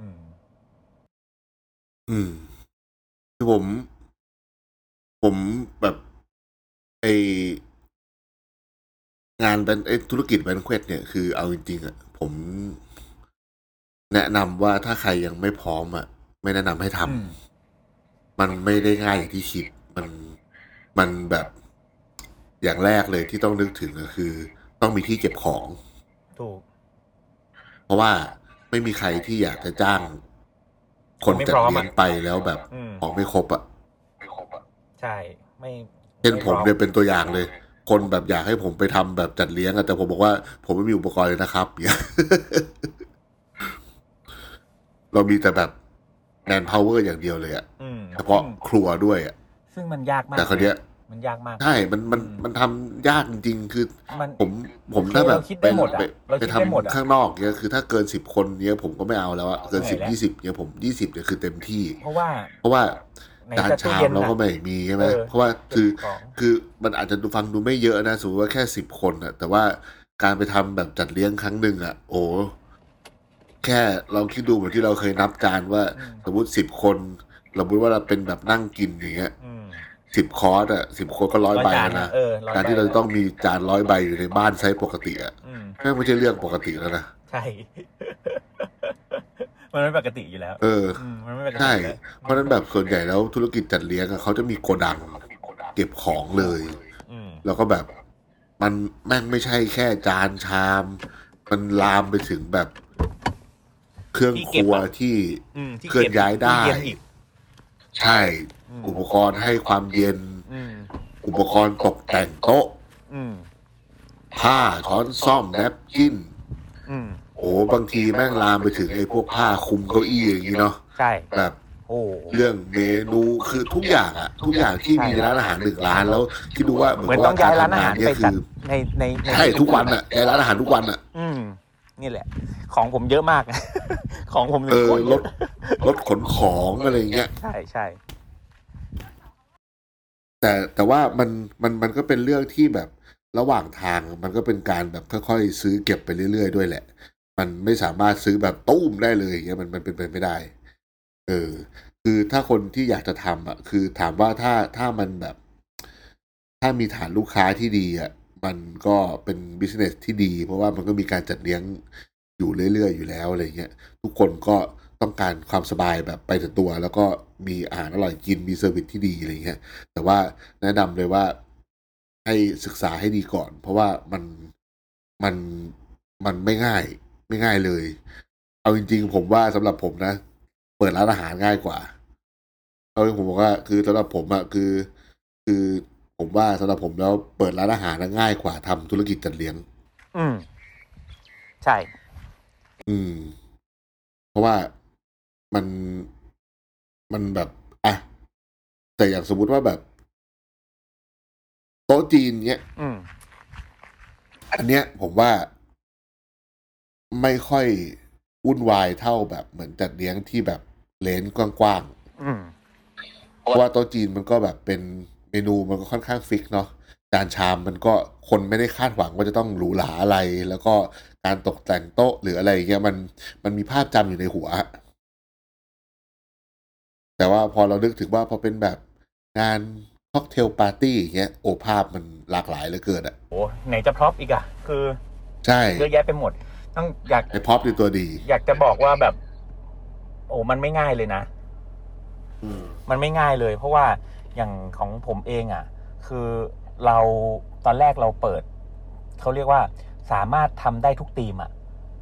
C: ๆ
D: คือผมแบบงานเป็นธุรกิจแบงค์เควตเนี่ยคือเอาจริงๆผมแนะนำว่าถ้าใครยังไม่พร้อมไม่แนะนำให้ทำมันไม่ได้ง่ายอย่างที่คิดมันแบบอย่างแรกเลยที่ต้องนึกถึงก็คือต้องมีที่เก็บของ
C: ถูก
D: เพราะว่าไม่มีใครที่อยากจะจ้างคนจัดเลี้ยงไปแล้วแบบของไม่ครบ
C: ใช่ไม่
D: เช่นผมเนี่ยเป็นตัวอย่างเลยคนแบบอยากให้ผมไปทำแบบจัดเลี้ยงแต่ผมบอกว่าผมไม่มีอุปกรณ์เลยนะครับเนี่ยเรามีแต่แบบแมนพาวเวอร์อย่างเดียวเลยเฉพาะครัวด้วย
C: ซึ่งมันยากมาก
D: แต่คนเนี้ย
C: มันยากมาก
D: ใช่มันทำยากจริงๆคือผมถ้าแบบไปทำข้างนอกเนี่ยคือถ้าเกิน10 คนเนี่ยผมก็ไม่เอาแล้วเกิน10-20เนี่ยผม20เนี่ยคือเต็มที่เพราะว่าจานชามเราก็ไม่มีใช่ไหมเพราะว่าคือมันอาจจะฟังดูไม่เยอะนะสมมติว่าแค่10 คนแต่ว่าการไปทำแบบจัดเลี้ยงครั้งหนึ่งโอ้แค่เราคิดดูเหมือนที่เราเคยนับจานว่าสมมติ10 คนเราพูดว่าเราเป็นแบบนั่งกินอย่างเงี้ย10 คอร์ส10 คนก็100 ใบนะการที่เราต้องมีจาน100 ใบอยู่ในบ้านไซส์ปกติไม่ใช่เรื่องปกติแล้วนะ
C: ใช่มันไม่ปกติอยู่แล้ว
D: มันไม่ปกติใช่เพราะนั้นแบบส่วนใหญ่แล้วธุรกิจจัดเลี้ยงเขาจะมีโกดังเก็บของเลยแล้วก็แบบมันแม่งไม่ใช่แค่จานชามมันลามไปถึงแบบเครื่องครัวที่เคลื่อนย้ายได้ใช่อุปกรณ์ให้ความเย็นอุปกรณ์ตกแต่งโต๊ะผ้าช้อนซ่อมแนปกินโอ้บางทีแม่งลามไปถึงไอ้พวกผ้าคลุมเก้าอี้อย่างนี้เนาะ
C: ใช่
D: แบบ
C: โอ้
D: เรื่องเมนูคือทุกอย่างอะทุกอย่างที่มีในร้านอาหาร1 ร้านแล้วคิดดูว่า
C: เหมือนต้องย้ายร้านอาหารไปจัดใน
D: ใช่ทุกวันอะย้ายร้านอาหารทุกวันอะ
C: นี่แหละของผมเยอะมาก ของผม
D: รถขนของอะไรเงี้ย
C: ใช่
D: แต่ว่ามันก็เป็นเรื่องที่แบบระหว่างทางมันก็เป็นการแบบค่อยๆซื้อเก็บไปเรื่อยๆด้วยแหละมันไม่สามารถซื้อแบบตุ้มได้เลยอย่างเงี้ยมันเป็นไปไม่ได้คือถ้าคนที่อยากจะทำอ่ะคือถามว่าถ้ามันแบบถ้ามีฐานลูกค้าที่ดีอ่ะมันก็เป็นบิสเนสที่ดีเพราะว่ามันก็มีการจัดเลี้ยงอยู่เรื่อยๆอยู่แล้วอะไรเงี้ยทุกคนก็ต้องการความสบายแบบไปแต่ตัวแล้วก็มีอาหารอร่อยกินมีเซอร์วิสที่ดีอะไรเงี้ยแต่ว่าแนะนำเลยว่าให้ศึกษาให้ดีก่อนเพราะว่ามันไม่ง่ายเลยเอาจริงๆผมว่าสำหรับผมนะเปิดร้านอาหารง่ายกว่าเอาจริงผมบอกว่าคือสำหรับผมอะคือผมว่าสำหรับผมแล้วเปิดร้านอาหารง่ายกว่าทำธุรกิจจัดเลี้ยง
C: ใช่
D: เพราะว่ามันแบบอ่ะแต่อย่างสมมุติว่าแบบโต๊ะจีนเนี้ยอันเนี้ยผมว่าไม่ค่อยวุ่นวายเท่าแบบเหมือนจัดเลี้ยงที่แบบเลนกว้างๆเพราะว่าโต๊ะจีนมันก็แบบเป็นเมนูมันก็ค่อนข้างฟิกเนาะจานชามมันก็คนไม่ได้คาดหวังว่าจะต้องหรูหราอะไรแล้วก็การตกแต่งโต๊ะหรืออะไรเงี้ยมันมีภาพจำอยู่ในหัวแต่ว่าพอเรานึกถึงว่าพอเป็นแบบงานค็อกเทลปาร์ตี้อย่างเงี้ยโอ้ภาพมันหลากหลายเหลือเกินอ่ะ
C: โอ้ไหนจะพร็อพอีกอ่ะคือ
D: ใช่
C: เยอะแยะไปหมดต้องอยาก
D: ไอ้พร็อพในตัวดี
C: อยากจะบอกว่าแบบโอ้มันไม่ง่ายเลยนะมันไม่ง่ายเลยเพราะว่าอย่างของผมเองอ่ะคือเราตอนแรกเราเปิดเขาเรียกว่าสามารถทำได้ทุกธีมอ่ะ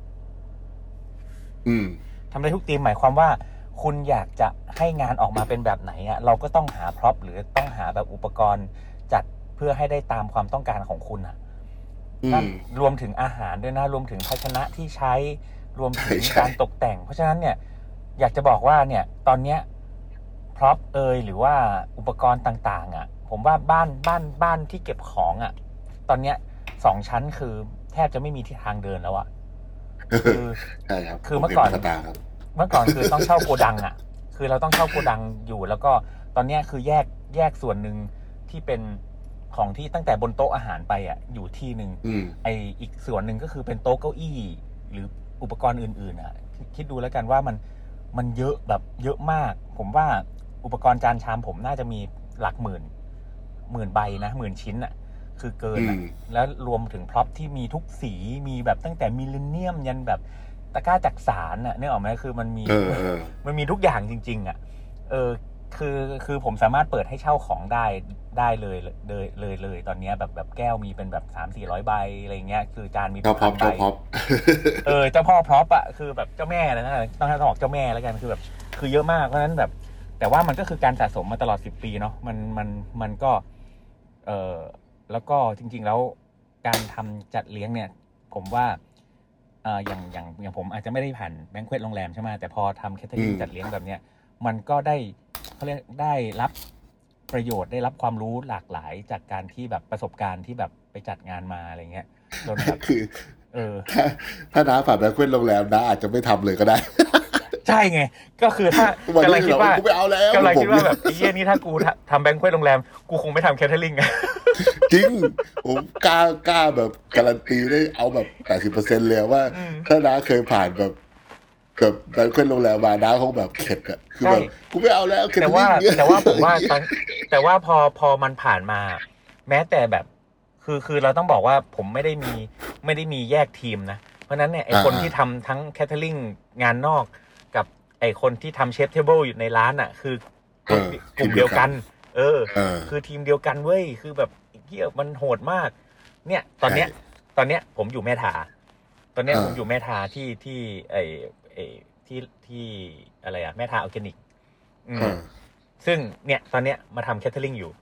C: ทำได้ทุกธีมหมายความว่าคุณอยากจะให้งานออกมาเป็นแบบไหนอ่ะเราก็ต้องหาพร็อพหรือต้องหาแบบอุปกรณ์จัดเพื่อให้ได้ตามความต้องการของคุณอ่ะนั่นรวมถึงอาหารด้วยนะรวมถึงภาชนะที่ใช้รวมถึงการตกแต่งเพราะฉะนั้นเนี่ยอยากจะบอกว่าเนี่ยตอนเนี้ยพร็อพหรือว่าอุปกรณ์ต่างๆอ่ะผมว่าบ้านที่เก็บของอ่ะตอนเนี้ย2 ชั้นคือแทบจะไม่มีที่ทางเดินแล้วอ่ะ
D: คือใช่ครับ
C: คือเมื่อก่อนคือต้องเช่าโกดังอ่ะคือเราต้องเช่าโกดังอยู่แล้วก็ตอนนี้คือแยกส่วนหนึ่งที่เป็นของที่ตั้งแต่บนโต๊ะอาหารไปอ่ะอยู่ที่หนึ่งไออีกส่วนหนึ่งก็คือเป็นโต๊ะเก้าอี้หรืออุปกรณ์อื่นๆอ่ะคิดดูแล้วกันว่ามันเยอะแบบเยอะมากผมว่าอุปกรณ์จานชามผมน่าจะมีหลักหมื่นใบนะ10,000 ชิ้นอ่ะคือเกินอ่ะแล้วรวมถึงพร็อพที่มีทุกสีมีแบบตั้งแต่มิลเลนเนียมยันแบบตะกร้าจักสารน่ะนึกออกไหมคือมันมีทุกอย่างจริงๆอ่ะคือผมสามารถเปิดให้เช่าของได้เลยตอนนี้แบบแก้วมีเป็นแบบ300-400 ใบอะไรเงี้ยคือจานมี
D: เจ้าพร็อพ
C: เจ้าพ่อพร็อพอ่ะคือแบบเจ้าแม่เลยนะต้องบอกเจ้าแม่แล้วกันคือแบบคือเยอะมากเพราะฉะนั้นแบบแต่ว่ามันก็คือการสะสมมาตลอด10 ปีเนาะมันก็แล้วก็จริงๆแล้วการทำจัดเลี้ยงเนี่ยผมว่าอย่างผมอาจจะไม่ได้ผ่านแบงค์เควตโรงแรมใช่ไหมแต่พอทำแคทเทอริงจัดเลี้ยงแบบเนี้ยมันก็ได้เขาเรียกได้รับประโยชน์ได้รับความรู้หลากหลายจากการที่แบบประสบการณ์ที่แบบไปจัดงานมาอะไรเงี้ยจนแบบ
D: คือถ้าน้าผ่านแบงค์เควตโรงแรมน้าอาจจะไม่ทำเลยก็ได้
C: ใช่ไงก็คือถ้ากำลังคิดว่ากำลังคิดว่าแบบไอ้เหี้ยนี่ถ้ากูทำแบงค์เควตโรงแรมกูคงไม่ทำแคทเทอริงไง
D: จริงผมกล้าแบบการันตีได้เอาแบบ 80% เลยว่าถ้าน้าเคยผ่านแบบแบงค์เควตโรงแรมมาน้าคงแบบเข็ดอ่ะคือแบบกูไม่เอาแล้ว
C: แต่ว่าผมว่าแต่ว่าพอมันผ่านมาแม้แต่แบบคือเราต้องบอกว่าผมไม่ได้มีแยกทีมนะเพราะนั้นเนี่ยไอคนที่ทำทั้งแคทเทอริงงานนอกกับไอคนที่ทำเชฟเทเบิลอยู่ในร้านอ่ะคือกลุ่มเดียวกันคือทีมเดียวกันเว้ยคือแบบเหี้ยมันโหดมากเนี่ยตอนเนี้ยผมอยู่แม่ทาตอนเนี้ยผมอยู่แม่ทาที่ไอที่อะไรอะแม่ทาออร์แกนิกซึ่งเนี่ยตอนเนี้ยมาทำแคทเทอริงอยู่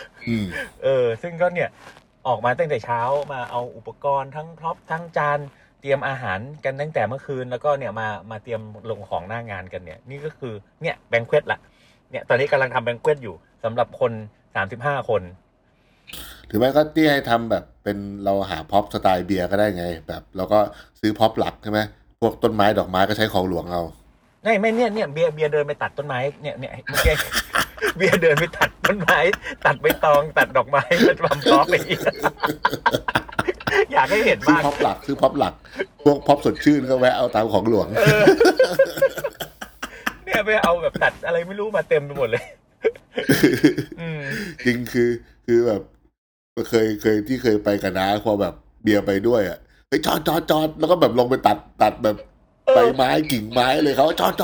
C: ซึ่งก็เนี่ยออกมาตั้งแต่เช้ามาเอาอุปกรณ์ทั้งพร็อพทั้งจานเตรียมอาหารกันตั้งแต่เมื่อคืนแล้วก็เนี่ยมาเตรียมลงของหน้างานกันเนี่ยนี่ก็คือเนี่ยแบงเควตละเนี่ยตอนนี้กำลังทำแบงเควตอยู่สำหรับคน35 คน
D: หรือไม่ก็ที่ให้ทำแบบเป็นเราหาพ็อปสไตล์เบียร์ก็ได้ไงแบบเราก็ซื้อพ็อปหลักใช่ไหมพวกต้นไม้ดอกไม้ก็ใช้ของหลวงเอา
C: ไม่เนี่ยเบียร์เดินไปตัดต้นไม้เนี่ยเมื่อกี้เบียร์เดินไปตัดต้นไม้ตัดใบตองตัดดอกไม้มันทำพ็อปไปอีกอยากให้เห็น
D: ซื้อ
C: มาก
D: พ็อปหลักพวกพ็อปสดชื่นก็แวะเอาตามของหลวง
C: เนี่ยไปเอาแบบตัดอะไรไม่รู้มาเต็มไปหมดเลย
D: จริงคือแบบเคยที่เคยไปกับน้าพอแบบเบียร์ไปด้วยอ่ะไปจอดแล้วก็แบบลงไปตัดแบบใบไม้กิ่งไม้เลยเขาจอด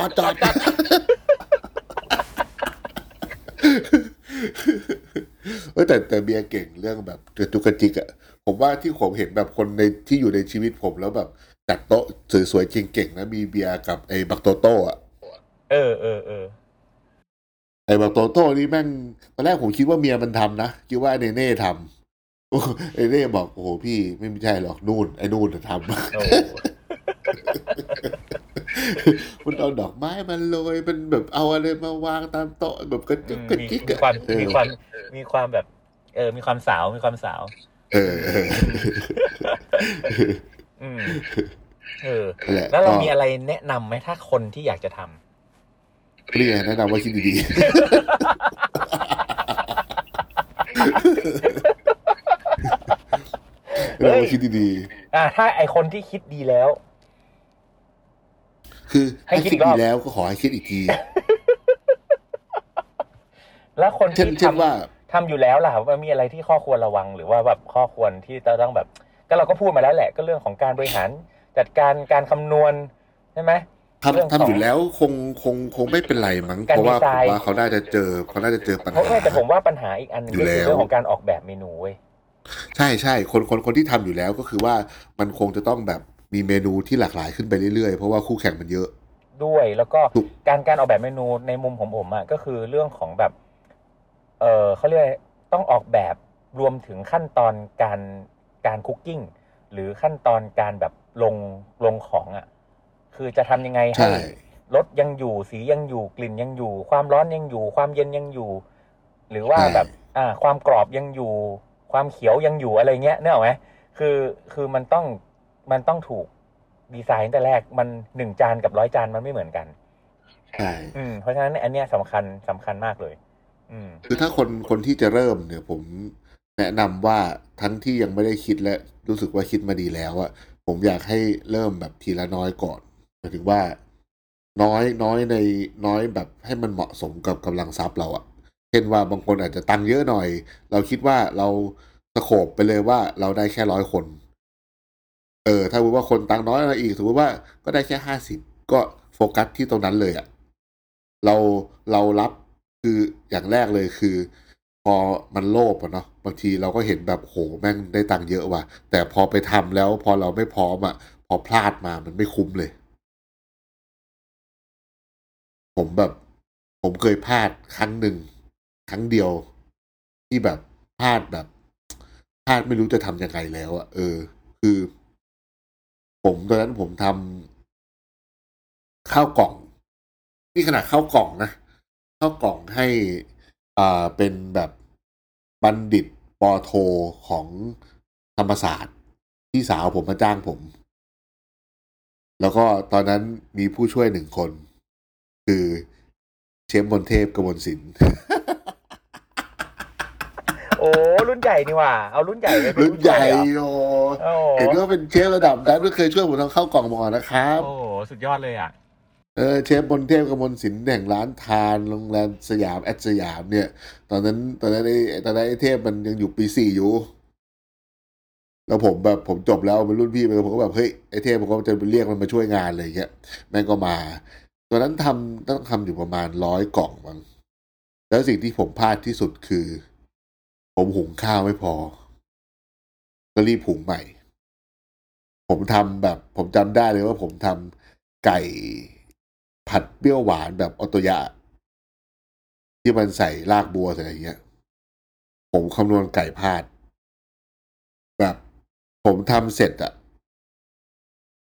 D: แต่เบียร์เก่งเรื่องแบบจุกจิกอ่ะผมว่าที่ผมเห็นแบบคนในที่อยู่ในชีวิตผมแล้วแบบจัดโต๊ะสวยๆเก่งๆนะมีเบียร์กับไอ้บักโตโต้อ่ะไอ้บักโตโต้นี่แม่งตอนแรกผมคิดว่าเมียมันทำนะคิดว่าเนเน่ทำเนเน่บอกโอ้โหพี่ไม่ใช่หรอกนู่นไอ้นู่นทำมันเอาดอกไม้มันโรยเป็นแบบเอาอะไรมาวางตามโต๊ะแบบกระจุกกระจิก
C: มีความแบบมีความสาวแล้วเรามีอะไรแนะนำไหมถ้าคนที่อยากจะทำ
D: เรียกแนะนำว่าคิดดีๆเราคิดดี
C: ๆถ้าไอคนที่คิดดีแล้ว
D: คือให้คิดดีแล้วก็ขอให้คิดอีกที
C: แล้วคนที่ทำอยู่แล้วล่ะว่ามีอะไรที่ข้อควรระวังหรือว่าแบบข้อควรที่ต้องแบบก็เราก็พูดมาแล้วแหละก็เรื่องของการบริหารจัดการคำนวณใช่ไหม
D: ทำอยู่แล้วคงไม่เป็นไรมั้งเพราะว่าเขาน่าจะเจอปัญหา
C: แต่ผมว่าปัญหาอีกอันนึงก็คือเรื่องของการออกแบบเมนูเว้ย
D: ใช่คนที่ทำอยู่แล้วก็คือว่ามันคงจะต้องแบบมีเมนูที่หลากหลายขึ้นไปเรื่อยๆเพราะว่าคู่แข่งมันเยอะ
C: ด้วยแล้วก็การออกแบบเมนูในมุมของผมอ่ะก็คือเรื่องของแบบเขาเรียกต้องออกแบบรวมถึงขั้นตอนการคุกกิ้งหรือขั้นตอนการแบบลงของอ่ะคือจะทำยังไงให้รสยังอยู่สียังอยู่กลิ่นยังอยู่ความร้อนยังอยู่ความเย็นยังอยู่หรือว่าแบบความกรอบยังอยู่ความเขียวยังอยู่อะไรเงี้ยเนี่ยหรอไหมคือมันต้องถูกดีไซน์แต่แรกมัน1 จานกับ100 จานมันไม่เหมือนกัน
D: ใช่
C: เพราะฉะนั้นอันเนี้ยสำคัญมากเลย
D: คือถ้าคนที่จะเริ่มเนี่ยผมแนะนำว่าทั้งที่ยังไม่ได้คิดและรู้สึกว่าคิดมาดีแล้วอะผมอยากให้เริ่มแบบทีละน้อยก่อนหมายถึงว่าน้อยในน้อยแบบให้มันเหมาะสมกับกำลังทรัพย์เราอะเช่นว่าบางคนอาจจะตังค์เยอะหน่อยเราคิดว่าเราสโคปไปเลยว่าเราได้แค่100 คนถ้าสมมติว่าคนตังค์น้อยมาอีกสมมติว่าก็ได้แค่50ก็โฟกัสที่ตรงนั้นเลยอะเรารับคืออย่างแรกเลยคือพอมันโลภอะเนาะบางทีเราก็เห็นแบบโหแม่งได้ตังค์เยอะว่ะแต่พอไปทำแล้วพอเราไม่พร้อมอะพอพลาดมามันไม่คุ้มเลยผมเคยพลาดครั้งเดียวที่แบบพลาดไม่รู้จะทำยังไงแล้วอะคือตอนนั้นผมทำข้าวกล่องนี่ขนาดข้าวกล่องนะข้าวกล่องให้เป็นแบบบัณฑิตปโทของธรรมศาสตร์พี่สาวผมมาจ้างผมแล้วก็ตอนนั้นมีผู้ช่วย1 คนคือเชฟมนเทพกมลศิลป์
C: โอ้รุ่นใหญ่นี่ว่าเอารุ่นใหญ่เลย
D: รุ่นใหญ่เห็นว่าเป็นเชฟระดับนั้นไม่เคยช่วยผมทำข้าวกล่องมาก่อนนะครับ
C: โอ้สุดยอดเลยอ่ะ
D: เชฟมนเทพกมลศิลป์แห่งร้านทานโรงแรมสยามแอดสยามเนี่ยตอนนั้นไอ้เทพมันยังอยู่ปี4อยู่แล้วผมจบแล้วเป็นรุ่นพี่ไปผมก็แบบเฮ้ยไอ้เทพผมก็จะไปเรียกมันมาช่วยงานอะไรอย่างเงี้ยแม่งก็มาตอนนั้นต้องทำอยู่ประมาณ100 กล่องมั้งแล้วสิ่งที่ผมพลาดที่สุดคือผมหุงข้าวไม่พอก็รีบหุงใหม่ผมจำได้เลยว่าผมทำไก่ผัดเปรี้ยวหวานแบบออโตยะที่มันใส่รากบัวอะไรอย่างเงี้ยผมคำนวณไก่พลาดแบบผมทำเสร็จอะ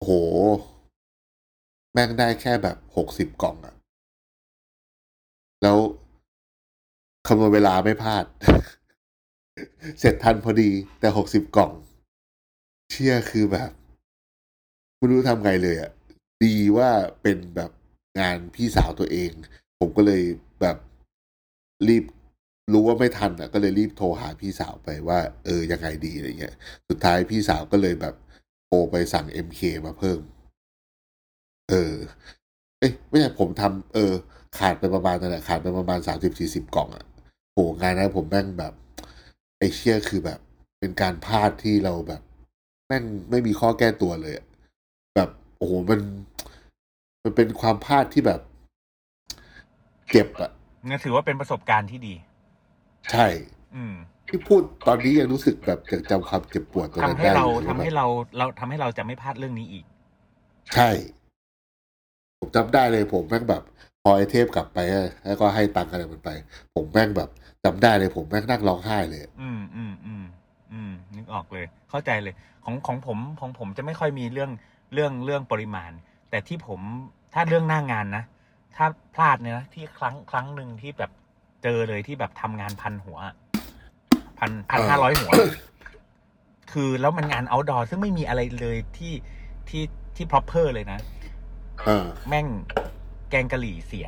D: โหแม่งได้แค่แบบ60 กล่องอะแล้วคำนวณเวลาไม่พลาด เสร็จทันพอดีแต่60 กล่อง เชื่อคือแบบไม่รู้ทำไงเลยอะดีว่าเป็นแบบงานพี่สาวตัวเอง ผมก็เลยแบบรีบรู้ว่าไม่ทันอะก็เลยรีบโทรหาพี่สาวไปว่ายังไงดีอะไรเงี้ยสุดท้ายพี่สาวก็เลยแบบโทรไปสั่ง MK มาเพิ่ม เออ ไม่ใช่ผมทำขาดไปประมาณนั่นแหละขาดไปประมาณ30-40 กล่องอะโหงานนั้นผมแม่งแบบไอ้เชี่ยคือแบบ เป็นการพลาดที่เราแบบ แม่งไม่มีข้อแก้ตัวเลยอะแบบโอ้โหมันเป็นความพลาดที่แบบเจ็บอะ
C: งั้นถือว่าเป็นประสบการณ์ที่ดี
D: ใช่ ที่พูดตอนนี้ยังรู้สึกแบบจำความเจ็บปวดตรงนั้นได้
C: ทำให้เราจะไม่พลาดเรื่องนี้อีก
D: ใช่ ผมจำได้เลยผมแม่งแบบ พอไอเทปกลับไปแล้วก็ให้ตังค์อะไรมันไป ผมแม่งแบบจำได้เลยผมแม่งนั่งร้องไห้เลย
C: นึกออกเลย เข้าใจเลยของผมจะไม่ค่อยมีเรื่องปริมาณ แต่ที่ผมถ้าเรื่องหน้างานนะถ้าพลาดเนี่ยนะที่ครั้งหนึ่งที่แบบเจอเลยที่แบบทำงาน1,000 หัว1,500 หัว คือแล้วมันงาน outdoor ซึ่งไม่มีอะไรเลยที่ proper เลยนะแม่งแกงกะหรี่เสีย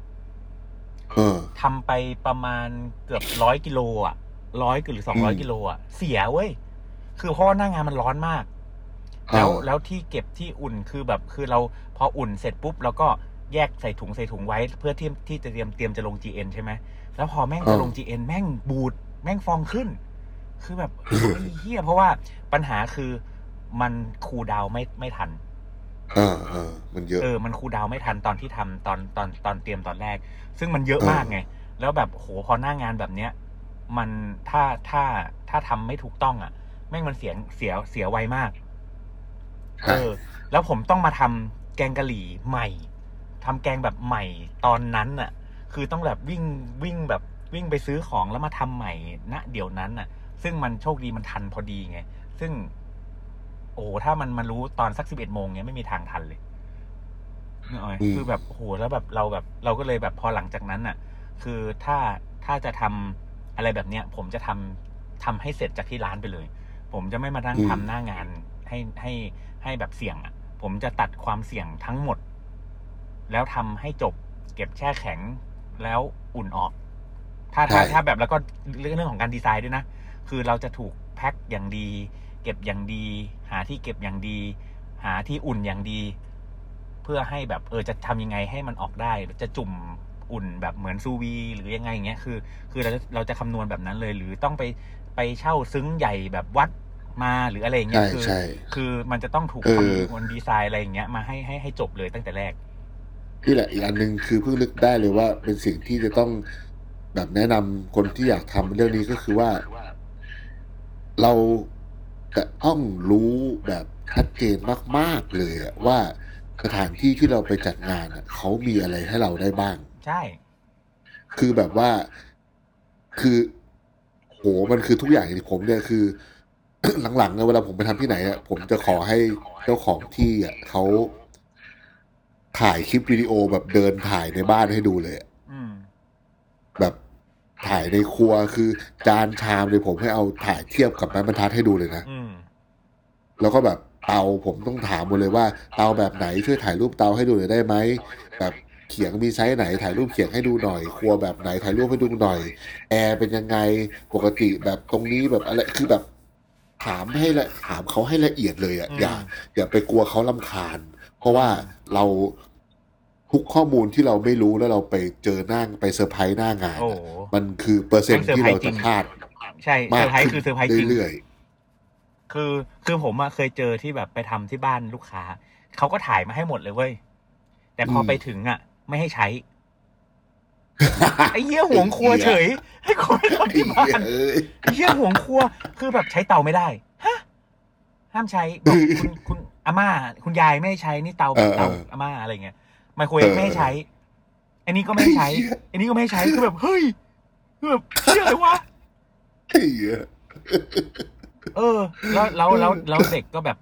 C: ทำไปประมาณเกือบ100 กิโลอ่ะ100 หรือ 200 กิโลอ่ะเสียเว้ยคือเพราะว่าหน้างานมันร้อนมากแล้วที่เก็บที่อุ่นคือเราพออุ่นเสร็จปุ๊บเราก็แยกใส่ถุงไว้เพื่อที่จะเตรียมจะลง GN ใช่ไหมแล้วพอแม่งจะลง GN แม่งบูดแม่งฟองขึ้นคือแบบเฮี้ยเพราะว่าปัญหาคือมันคูลดาวน์ไม่ทัน
D: มันเยอะ
C: มันคูลดาวน์ไม่ทันตอนที่ทำตอนเตรียมตอนแรกซึ่งมันเยอะมากไงแล้วแบบโหพอหน้างานแบบเนี้ยมันถ้าทำไม่ถูกต้องอ่ะแม่งมันเสียไวมากแล้วผมต้องมาทำแกงกะหรี่ใหม่ทำแกงแบบใหม่ตอนนั้นน่ะคือต้องแบบวิ่งแบบวิ่งไปซื้อของแล้วมาทำใหม่ณเดี๋ยวนั้นน่ะซึ่งมันโชคดีมันทันพอดีไงซึ่งโอ้ถ้ามันรู้ตอนสัก11 โมงเนี้ยไม่มีทางทันเลยคือแบบโหแล้วแบบเราก็เลยแบบพอหลังจากนั้นน่ะคือถ้าจะทำอะไรแบบเนี้ยผมจะทำให้เสร็จจากที่ร้านไปเลยผมจะไม่มานั่งทำหน้างานให้แบบเสี่ยงอ่ะผมจะตัดความเสี่ยงทั้งหมดแล้วทำให้จบเก็บแช่แข็งแล้วอุ่นออกถ้าแบบแล้วก็เรื่องของการดีไซน์ด้วยนะคือเราจะถูกแพ็คอย่างดีเก็บอย่างดีหาที่เก็บอย่างดีหาที่อุ่นอย่างดีเพื่อให้แบบจะทำยังไงให้มันออกได้จะจุ่มอุ่นแบบเหมือนซูวีหรือยังไงอย่างเงี้ยคือเราจะคำนวณแบบนั้นเลยหรือต้องไปเช่าซึ้งใหญ่แบบวัดมาหรืออะไรอย่างเงี้ยคือมันจะต้องถูกคำนวณดีไซน์อะไรอย่างเงี้ยมาให้จบเลยตั้งแต่แรก
D: นี่แหละอีกอันนึงคือเพิ่งนึกได้เลยว่าเป็นสิ่งที่จะต้องแบบแนะนำคนที่อยากทำเรื่องนี้ก็คือว่าเราจะต้องรู้แบบชัดเจนมากๆเลยว่าสถานที่ที่เราไปจัดงานเขามีอะไรให้เราได้บ้าง
C: ใช่
D: คือแบบว่าคือโหมันคือทุกอย่างที่ผมเนี่ยคือ หลังๆเวลาผมไปทำที่ไหนผมจะขอให้เจ้าของที่เขาถ่ายคลิปวิดีโอแบบเดินถ่ายในบ้านให้ดูเลยแบบถ่ายในครัวคือจานชามเลยผมให้เอาถ่ายเทียบกับไม้บรรทัดให้ดูเลยนะแล้วก็แบบเตาผมต้องถามหมดเลยว่าเตาแบบไหนช่วยถ่ายรูปเตาให้ดูหน่อยได้ไหมแบบเขียงมีไซส์ไหนถ่ายรูปเขียงให้ดูหน่อยครัวแบบไหนถ่ายรูปให้ดูหน่อยแอร์เป็นยังไงปกติแบบตรงนี้แบบอะไรคือแบบถามเขาให้ละเอียดเลยอย่าไปกลัวเขารำคาญเพราะว่าเราทุกข้อมูลที่เราไม่รู้แล้วเราไปเจอไปเซอร์ไพรส์หน้างานมันคือเปอร์เซ็นต์ที่เราจะพลาด
C: ใช่เซอร์ไพรส์คือเซอร์ไพรส์จริง
D: เรื่อย
C: ๆคือผมเคยเจอที่แบบไปทำที่บ้านลูกค้าเขาก็ถ่ายมาให้หมดเลยเว้ยแต่พอไปถึงไม่ให้ใช้ไอ้เหี้ยห่วงครัวเฉยให้คนไปทำที่บ้านไอ้เหี้ยห่วงครัวคือแบบใช้เตาไม่ได้ฮะห้ามใช้บอกคุณอาม่าคุณยายไม่ให้ใช้นี่เตาอาม่าอะไรเงี้ยไมโครเวฟไม่ให้ใช้อันนี้ก็ไม่ให้ใช้อันนี้ก็ไม่ให้ใช้คือแบบเฮ้ยคือแบบเหี้ยอะไรวะแล้วเด็กก็แบบ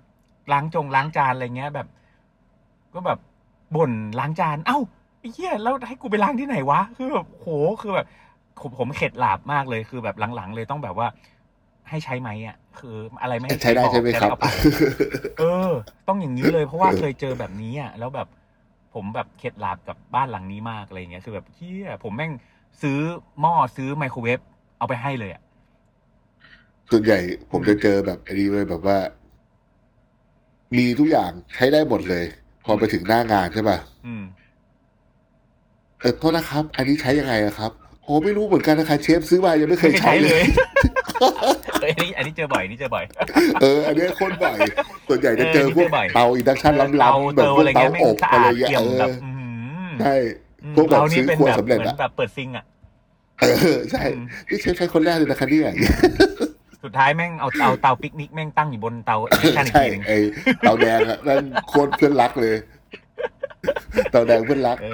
C: ล้างจานอะไรเงี้ยแบบก็แบบบ่นล้างจานเอ้าไอ้เหี้ยแล้วให้กูไปล้างที่ไหนวะคือแบบโหคือแบบผมเข็ดหลาบมากเลยคือแบบหลังๆเลยต้องแบบว่าให้ใช้ไหมอ่ะคืออะไรไม่ให้
D: ใช้ได้
C: บอก
D: ใช่ไหมครับ
C: จะด้เอาไปต้องอย่างนี้เลยเพราะว่าเคยเจอแบบนี้อ่ะแล้วแบบผมแบบเข็ดหลาบกับบ้านหลังนี้มากอะไรเงี้ยคือแบบเหี้ยผมแม่งซื้อหม้อซื้อไมโครเวฟเอาไปให้เลยอ่ะ
D: ส่วนใหญ่ผมจะเจอแบบอันนี้เลยแบบว่า มีทุกอย่างใช้ได้หมดเลย พอไปถึงหน้างานใช่ป่ะ โทษนะครับ อันนี้ใช้ยังไงอะครับโอ้ไม่รู้เหมือนกันนะคะเชฟซื้อมายังไม่เคยใช้เลย
C: อันนี้เจอบ่อยอันนี้เจอบ่อย
D: อันนี้โคตรบ่อยส่วนใหญ่จะเจอพวก
C: บ่อย
D: เตาอินดักชันล้ำๆแบบพวกเตาอบอะไรอย่างเงี้ย ใช่พวกแบบซื้อครัวสำเร็จ
C: เหมือ
D: อะ
C: นแบบเปิดซิงอ่ะ
D: ใช่ที่เชฟใช้คนแรกเลยนะคะเนี่ย
C: สุดท้ายแม่งเอาเตาปิกนิกแม่งตั้งอยู่บนเตาอีกชั้นอีก
D: ใช่
C: ทีนึง
D: ไอเตาแดงอะนั่นโคตรเพื่อนรักเลยเตาแดงเพื่อนรัก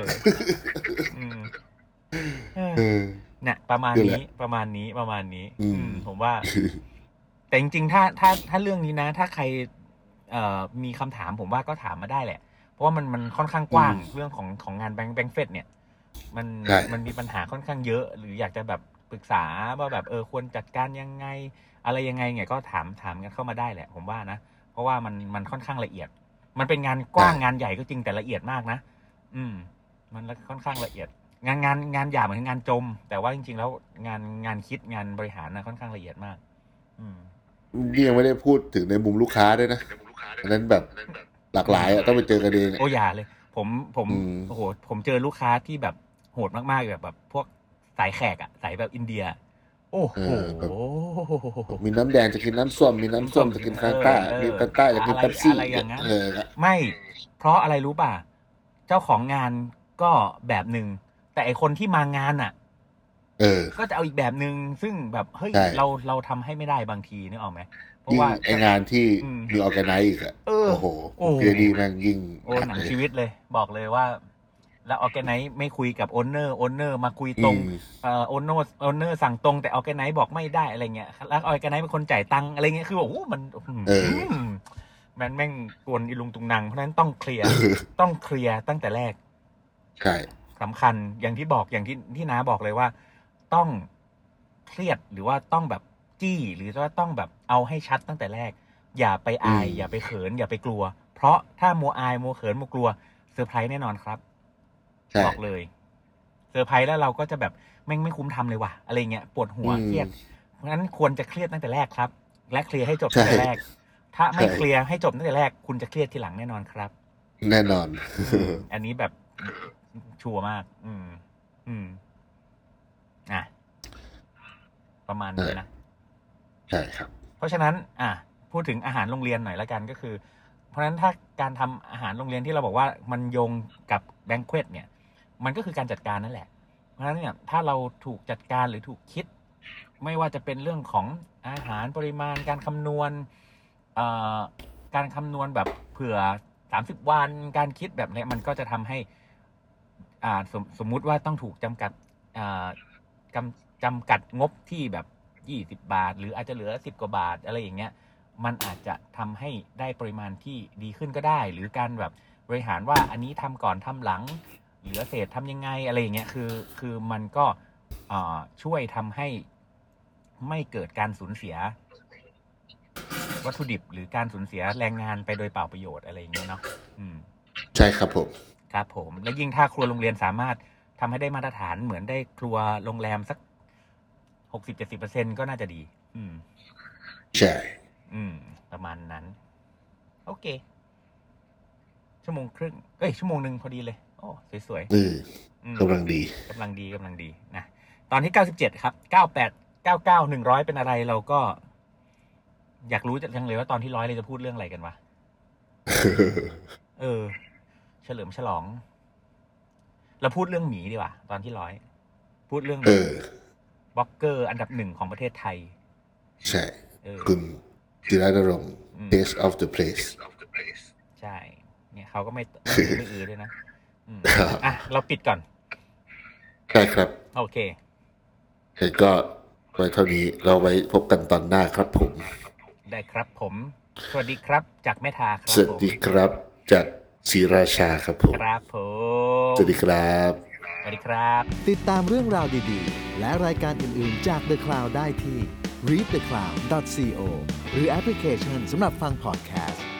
C: เนี่ยประมาณนี้ผมว่า แต่จริงๆถ้าเรื่องนี้นะ ถ้าใครมีคำถามผมว่าก็ถามมาได้แหละ เพราะว่ามันค่อนข้างกว้างเรื่องของงานแบงค์เฟสเนี่ย มันมีปัญหาค่อนข้างเยอะ หรืออยากจะแบบปรึกษาว่าแบบควรจัดการยังไง อะไรยังไงเนี่ยก็ถามกันเข้ามาได้แหละ ผมว่านะ เพราะว่ามันค่อนข้างละเอียด มันเป็นงานกว้างงานใหญ่ก็จริงแต่ละเอียดมากนะมันค่อนข้างละเอียด งานหยาบเหมือนงานจม แต่ว่าจริงๆแล้วงานคิดงานบริหารนะค่อนข้างละเอียดมาก
D: นี่ยังไม่ได้พูดถึงในมุมลูกค้าด้วยนะอันนั้นแบบหลากหลายอะต้องไปเจอกันเอง
C: โอ้อย่าเลยผมโอ้โหผมเจอลูกค้าที่แบบโหดมากๆแบบพวกสายแขกอะสายแบบอินเดีย โอ้โห
D: มีน้ำแดงจะกินน้ำส้มมีน้ำส้มจะกินฟานต้ามีฟานต้าจะกินเป๊ปซี่
C: อะไรอย่างเงี้ยไม่เพราะอะไรรู้ป่ะเจ้าของงานก็แบบหนึ่งแต่ไอคนที่มางานอ่ะก็จะเอาอีกแบบหนึ่งซึ่งแบบเฮ้ยเราทำให้ไม่ได้บางทีนึกออกไหมเพราะว่า
D: ไองานที่มีออร์แกไนซ์อีกอะโอ้โหเยดีแม่งยิ่ง
C: หนังชีวิตเลยบอกเลยว่าแล้วออร์แกไนซ์ไม่คุยกับโอนเนอร์มาคุยตรงโอนเนอร์สั่งตรงแต่ออร์แกไนซ์บอกไม่ได้อะไรเงี้ยแล้วออร์แกไนซ์เป็นคนจ่ายตังค์อะไรเงี้ยคือแบบโอ้มันแม่งกวนอีลุงตุงนางเพราะนั้นต้องเคลียร์ตั้งแต่แรก
D: ใช่
C: สำคัญอย่างที่บอกอย่างที่น้าบอกเลยว่าต้องเครียดหรือว่าต้องแบบจี้หรือว่าต้องแบบเอาให้ชัดตั้งแต่แรกอย่าไปอายอย่าไปเขินอย่าไปกลัวเพราะถ้ามัวอายมัวเขินมัวกลัวเซอร์ไพรส์แน่นอนครับบอกเลยเซอร์ไพรส์แล้วเราก็จะแบบแม่งไม่คุ้มทำเลยว่ะอะไรเงี้ยปวดหัวเครียดเพราะฉะนั้นควรจะเครียดตั้งแต่แรกครับและเคลียร์ให้จบตั้งแต่แรกถ้าไม่เคลียร์ให้จบตั้งแต่แรกคุณจะเครียดทีหลังแน่นอนครับ
D: แน่นอน
C: อันนี้แบบชัวร์มากประมาณนี้นะ
D: ใช่ครับ
C: เพราะฉะนั้นพูดถึงอาหารโรงเรียนหน่อยละกันก็คือเพราะฉะนั้นถ้าการทำอาหารโรงเรียนที่เราบอกว่ามันโยงกับแบงเควตเนี่ยมันก็คือการจัดการนั่นแหละเพราะฉะนั้นเนี่ยถ้าเราถูกจัดการหรือถูกคิดไม่ว่าจะเป็นเรื่องของอาหารปริมาณการคำนวณแบบเผื่อ30 วันการคิดแบบนี้มันก็จะทำให้สมมุติว่าต้องถูกจำกัดงบที่แบบ20 บาทหรืออาจจะเหลือ10 กว่าบาทอะไรอย่างเงี้ยมันอาจจะทำให้ได้ปริมาณที่ดีขึ้นก็ได้หรือการแบบบริหารว่าอันนี้ทำก่อนทำหลังเหลือเศษทำยังไงอะไรอย่างเงี้ยคือมันก็ช่วยทำให้ไม่เกิดการสูญเสียวัตถุดิบหรือการสูญเสียแรงงานไปโดยเปล่าประโยชน์อะไรอย่างเงี้ยเนาะ
D: ใช่ครับผม
C: ครับผมและยิ่งถ้าครัวโรงเรียนสามารถทำให้ได้มาตรฐานเหมือนได้ครัวโรงแรมสัก60-70%ก็น่าจะดี
D: ใช่
C: ประมาณนั้นโอเคชั่วโมงครึ่งชั่วโมงนึงพอดีเลยโอ้สวย
D: ๆกำลังดี
C: นะตอนที่97ครับ98 99 100เป็นอะไรเราก็อยากรู้จังเลยว่าตอนที่100เราจะพูดเรื่องอะไรกันวะเฉลิมฉลองเราพูดเรื่องหมีดีกว่าตอนที่100พูดเรื่องบล็อกเกอร์อันดับ1ของประเทศไทย
D: ใช่คุณจิราดารงค์ Taste of the Place
C: ใช่เนี่ยเขาก็ไม่ด้วยนะเราปิดก่อน
D: ใช่ครับ
C: โอเค
D: ก็ไว้เท่านี้เราไว้พบกันตอนหน้าครับผม
C: ได้ครับผมสวัสดีครับจากแม่ทาครับ
D: สวัสดีครับจากศรีราชาครับผม
C: ครับผม
D: สวัสดีครับ
C: สวัสดีครับ
A: ติดตามเรื่องราวดีๆ และรายการอื่นๆจาก The Cloud ได้ที่ readthecloud.co หรือแอปพลิเคชันสำหรับฟังพอดแคสต์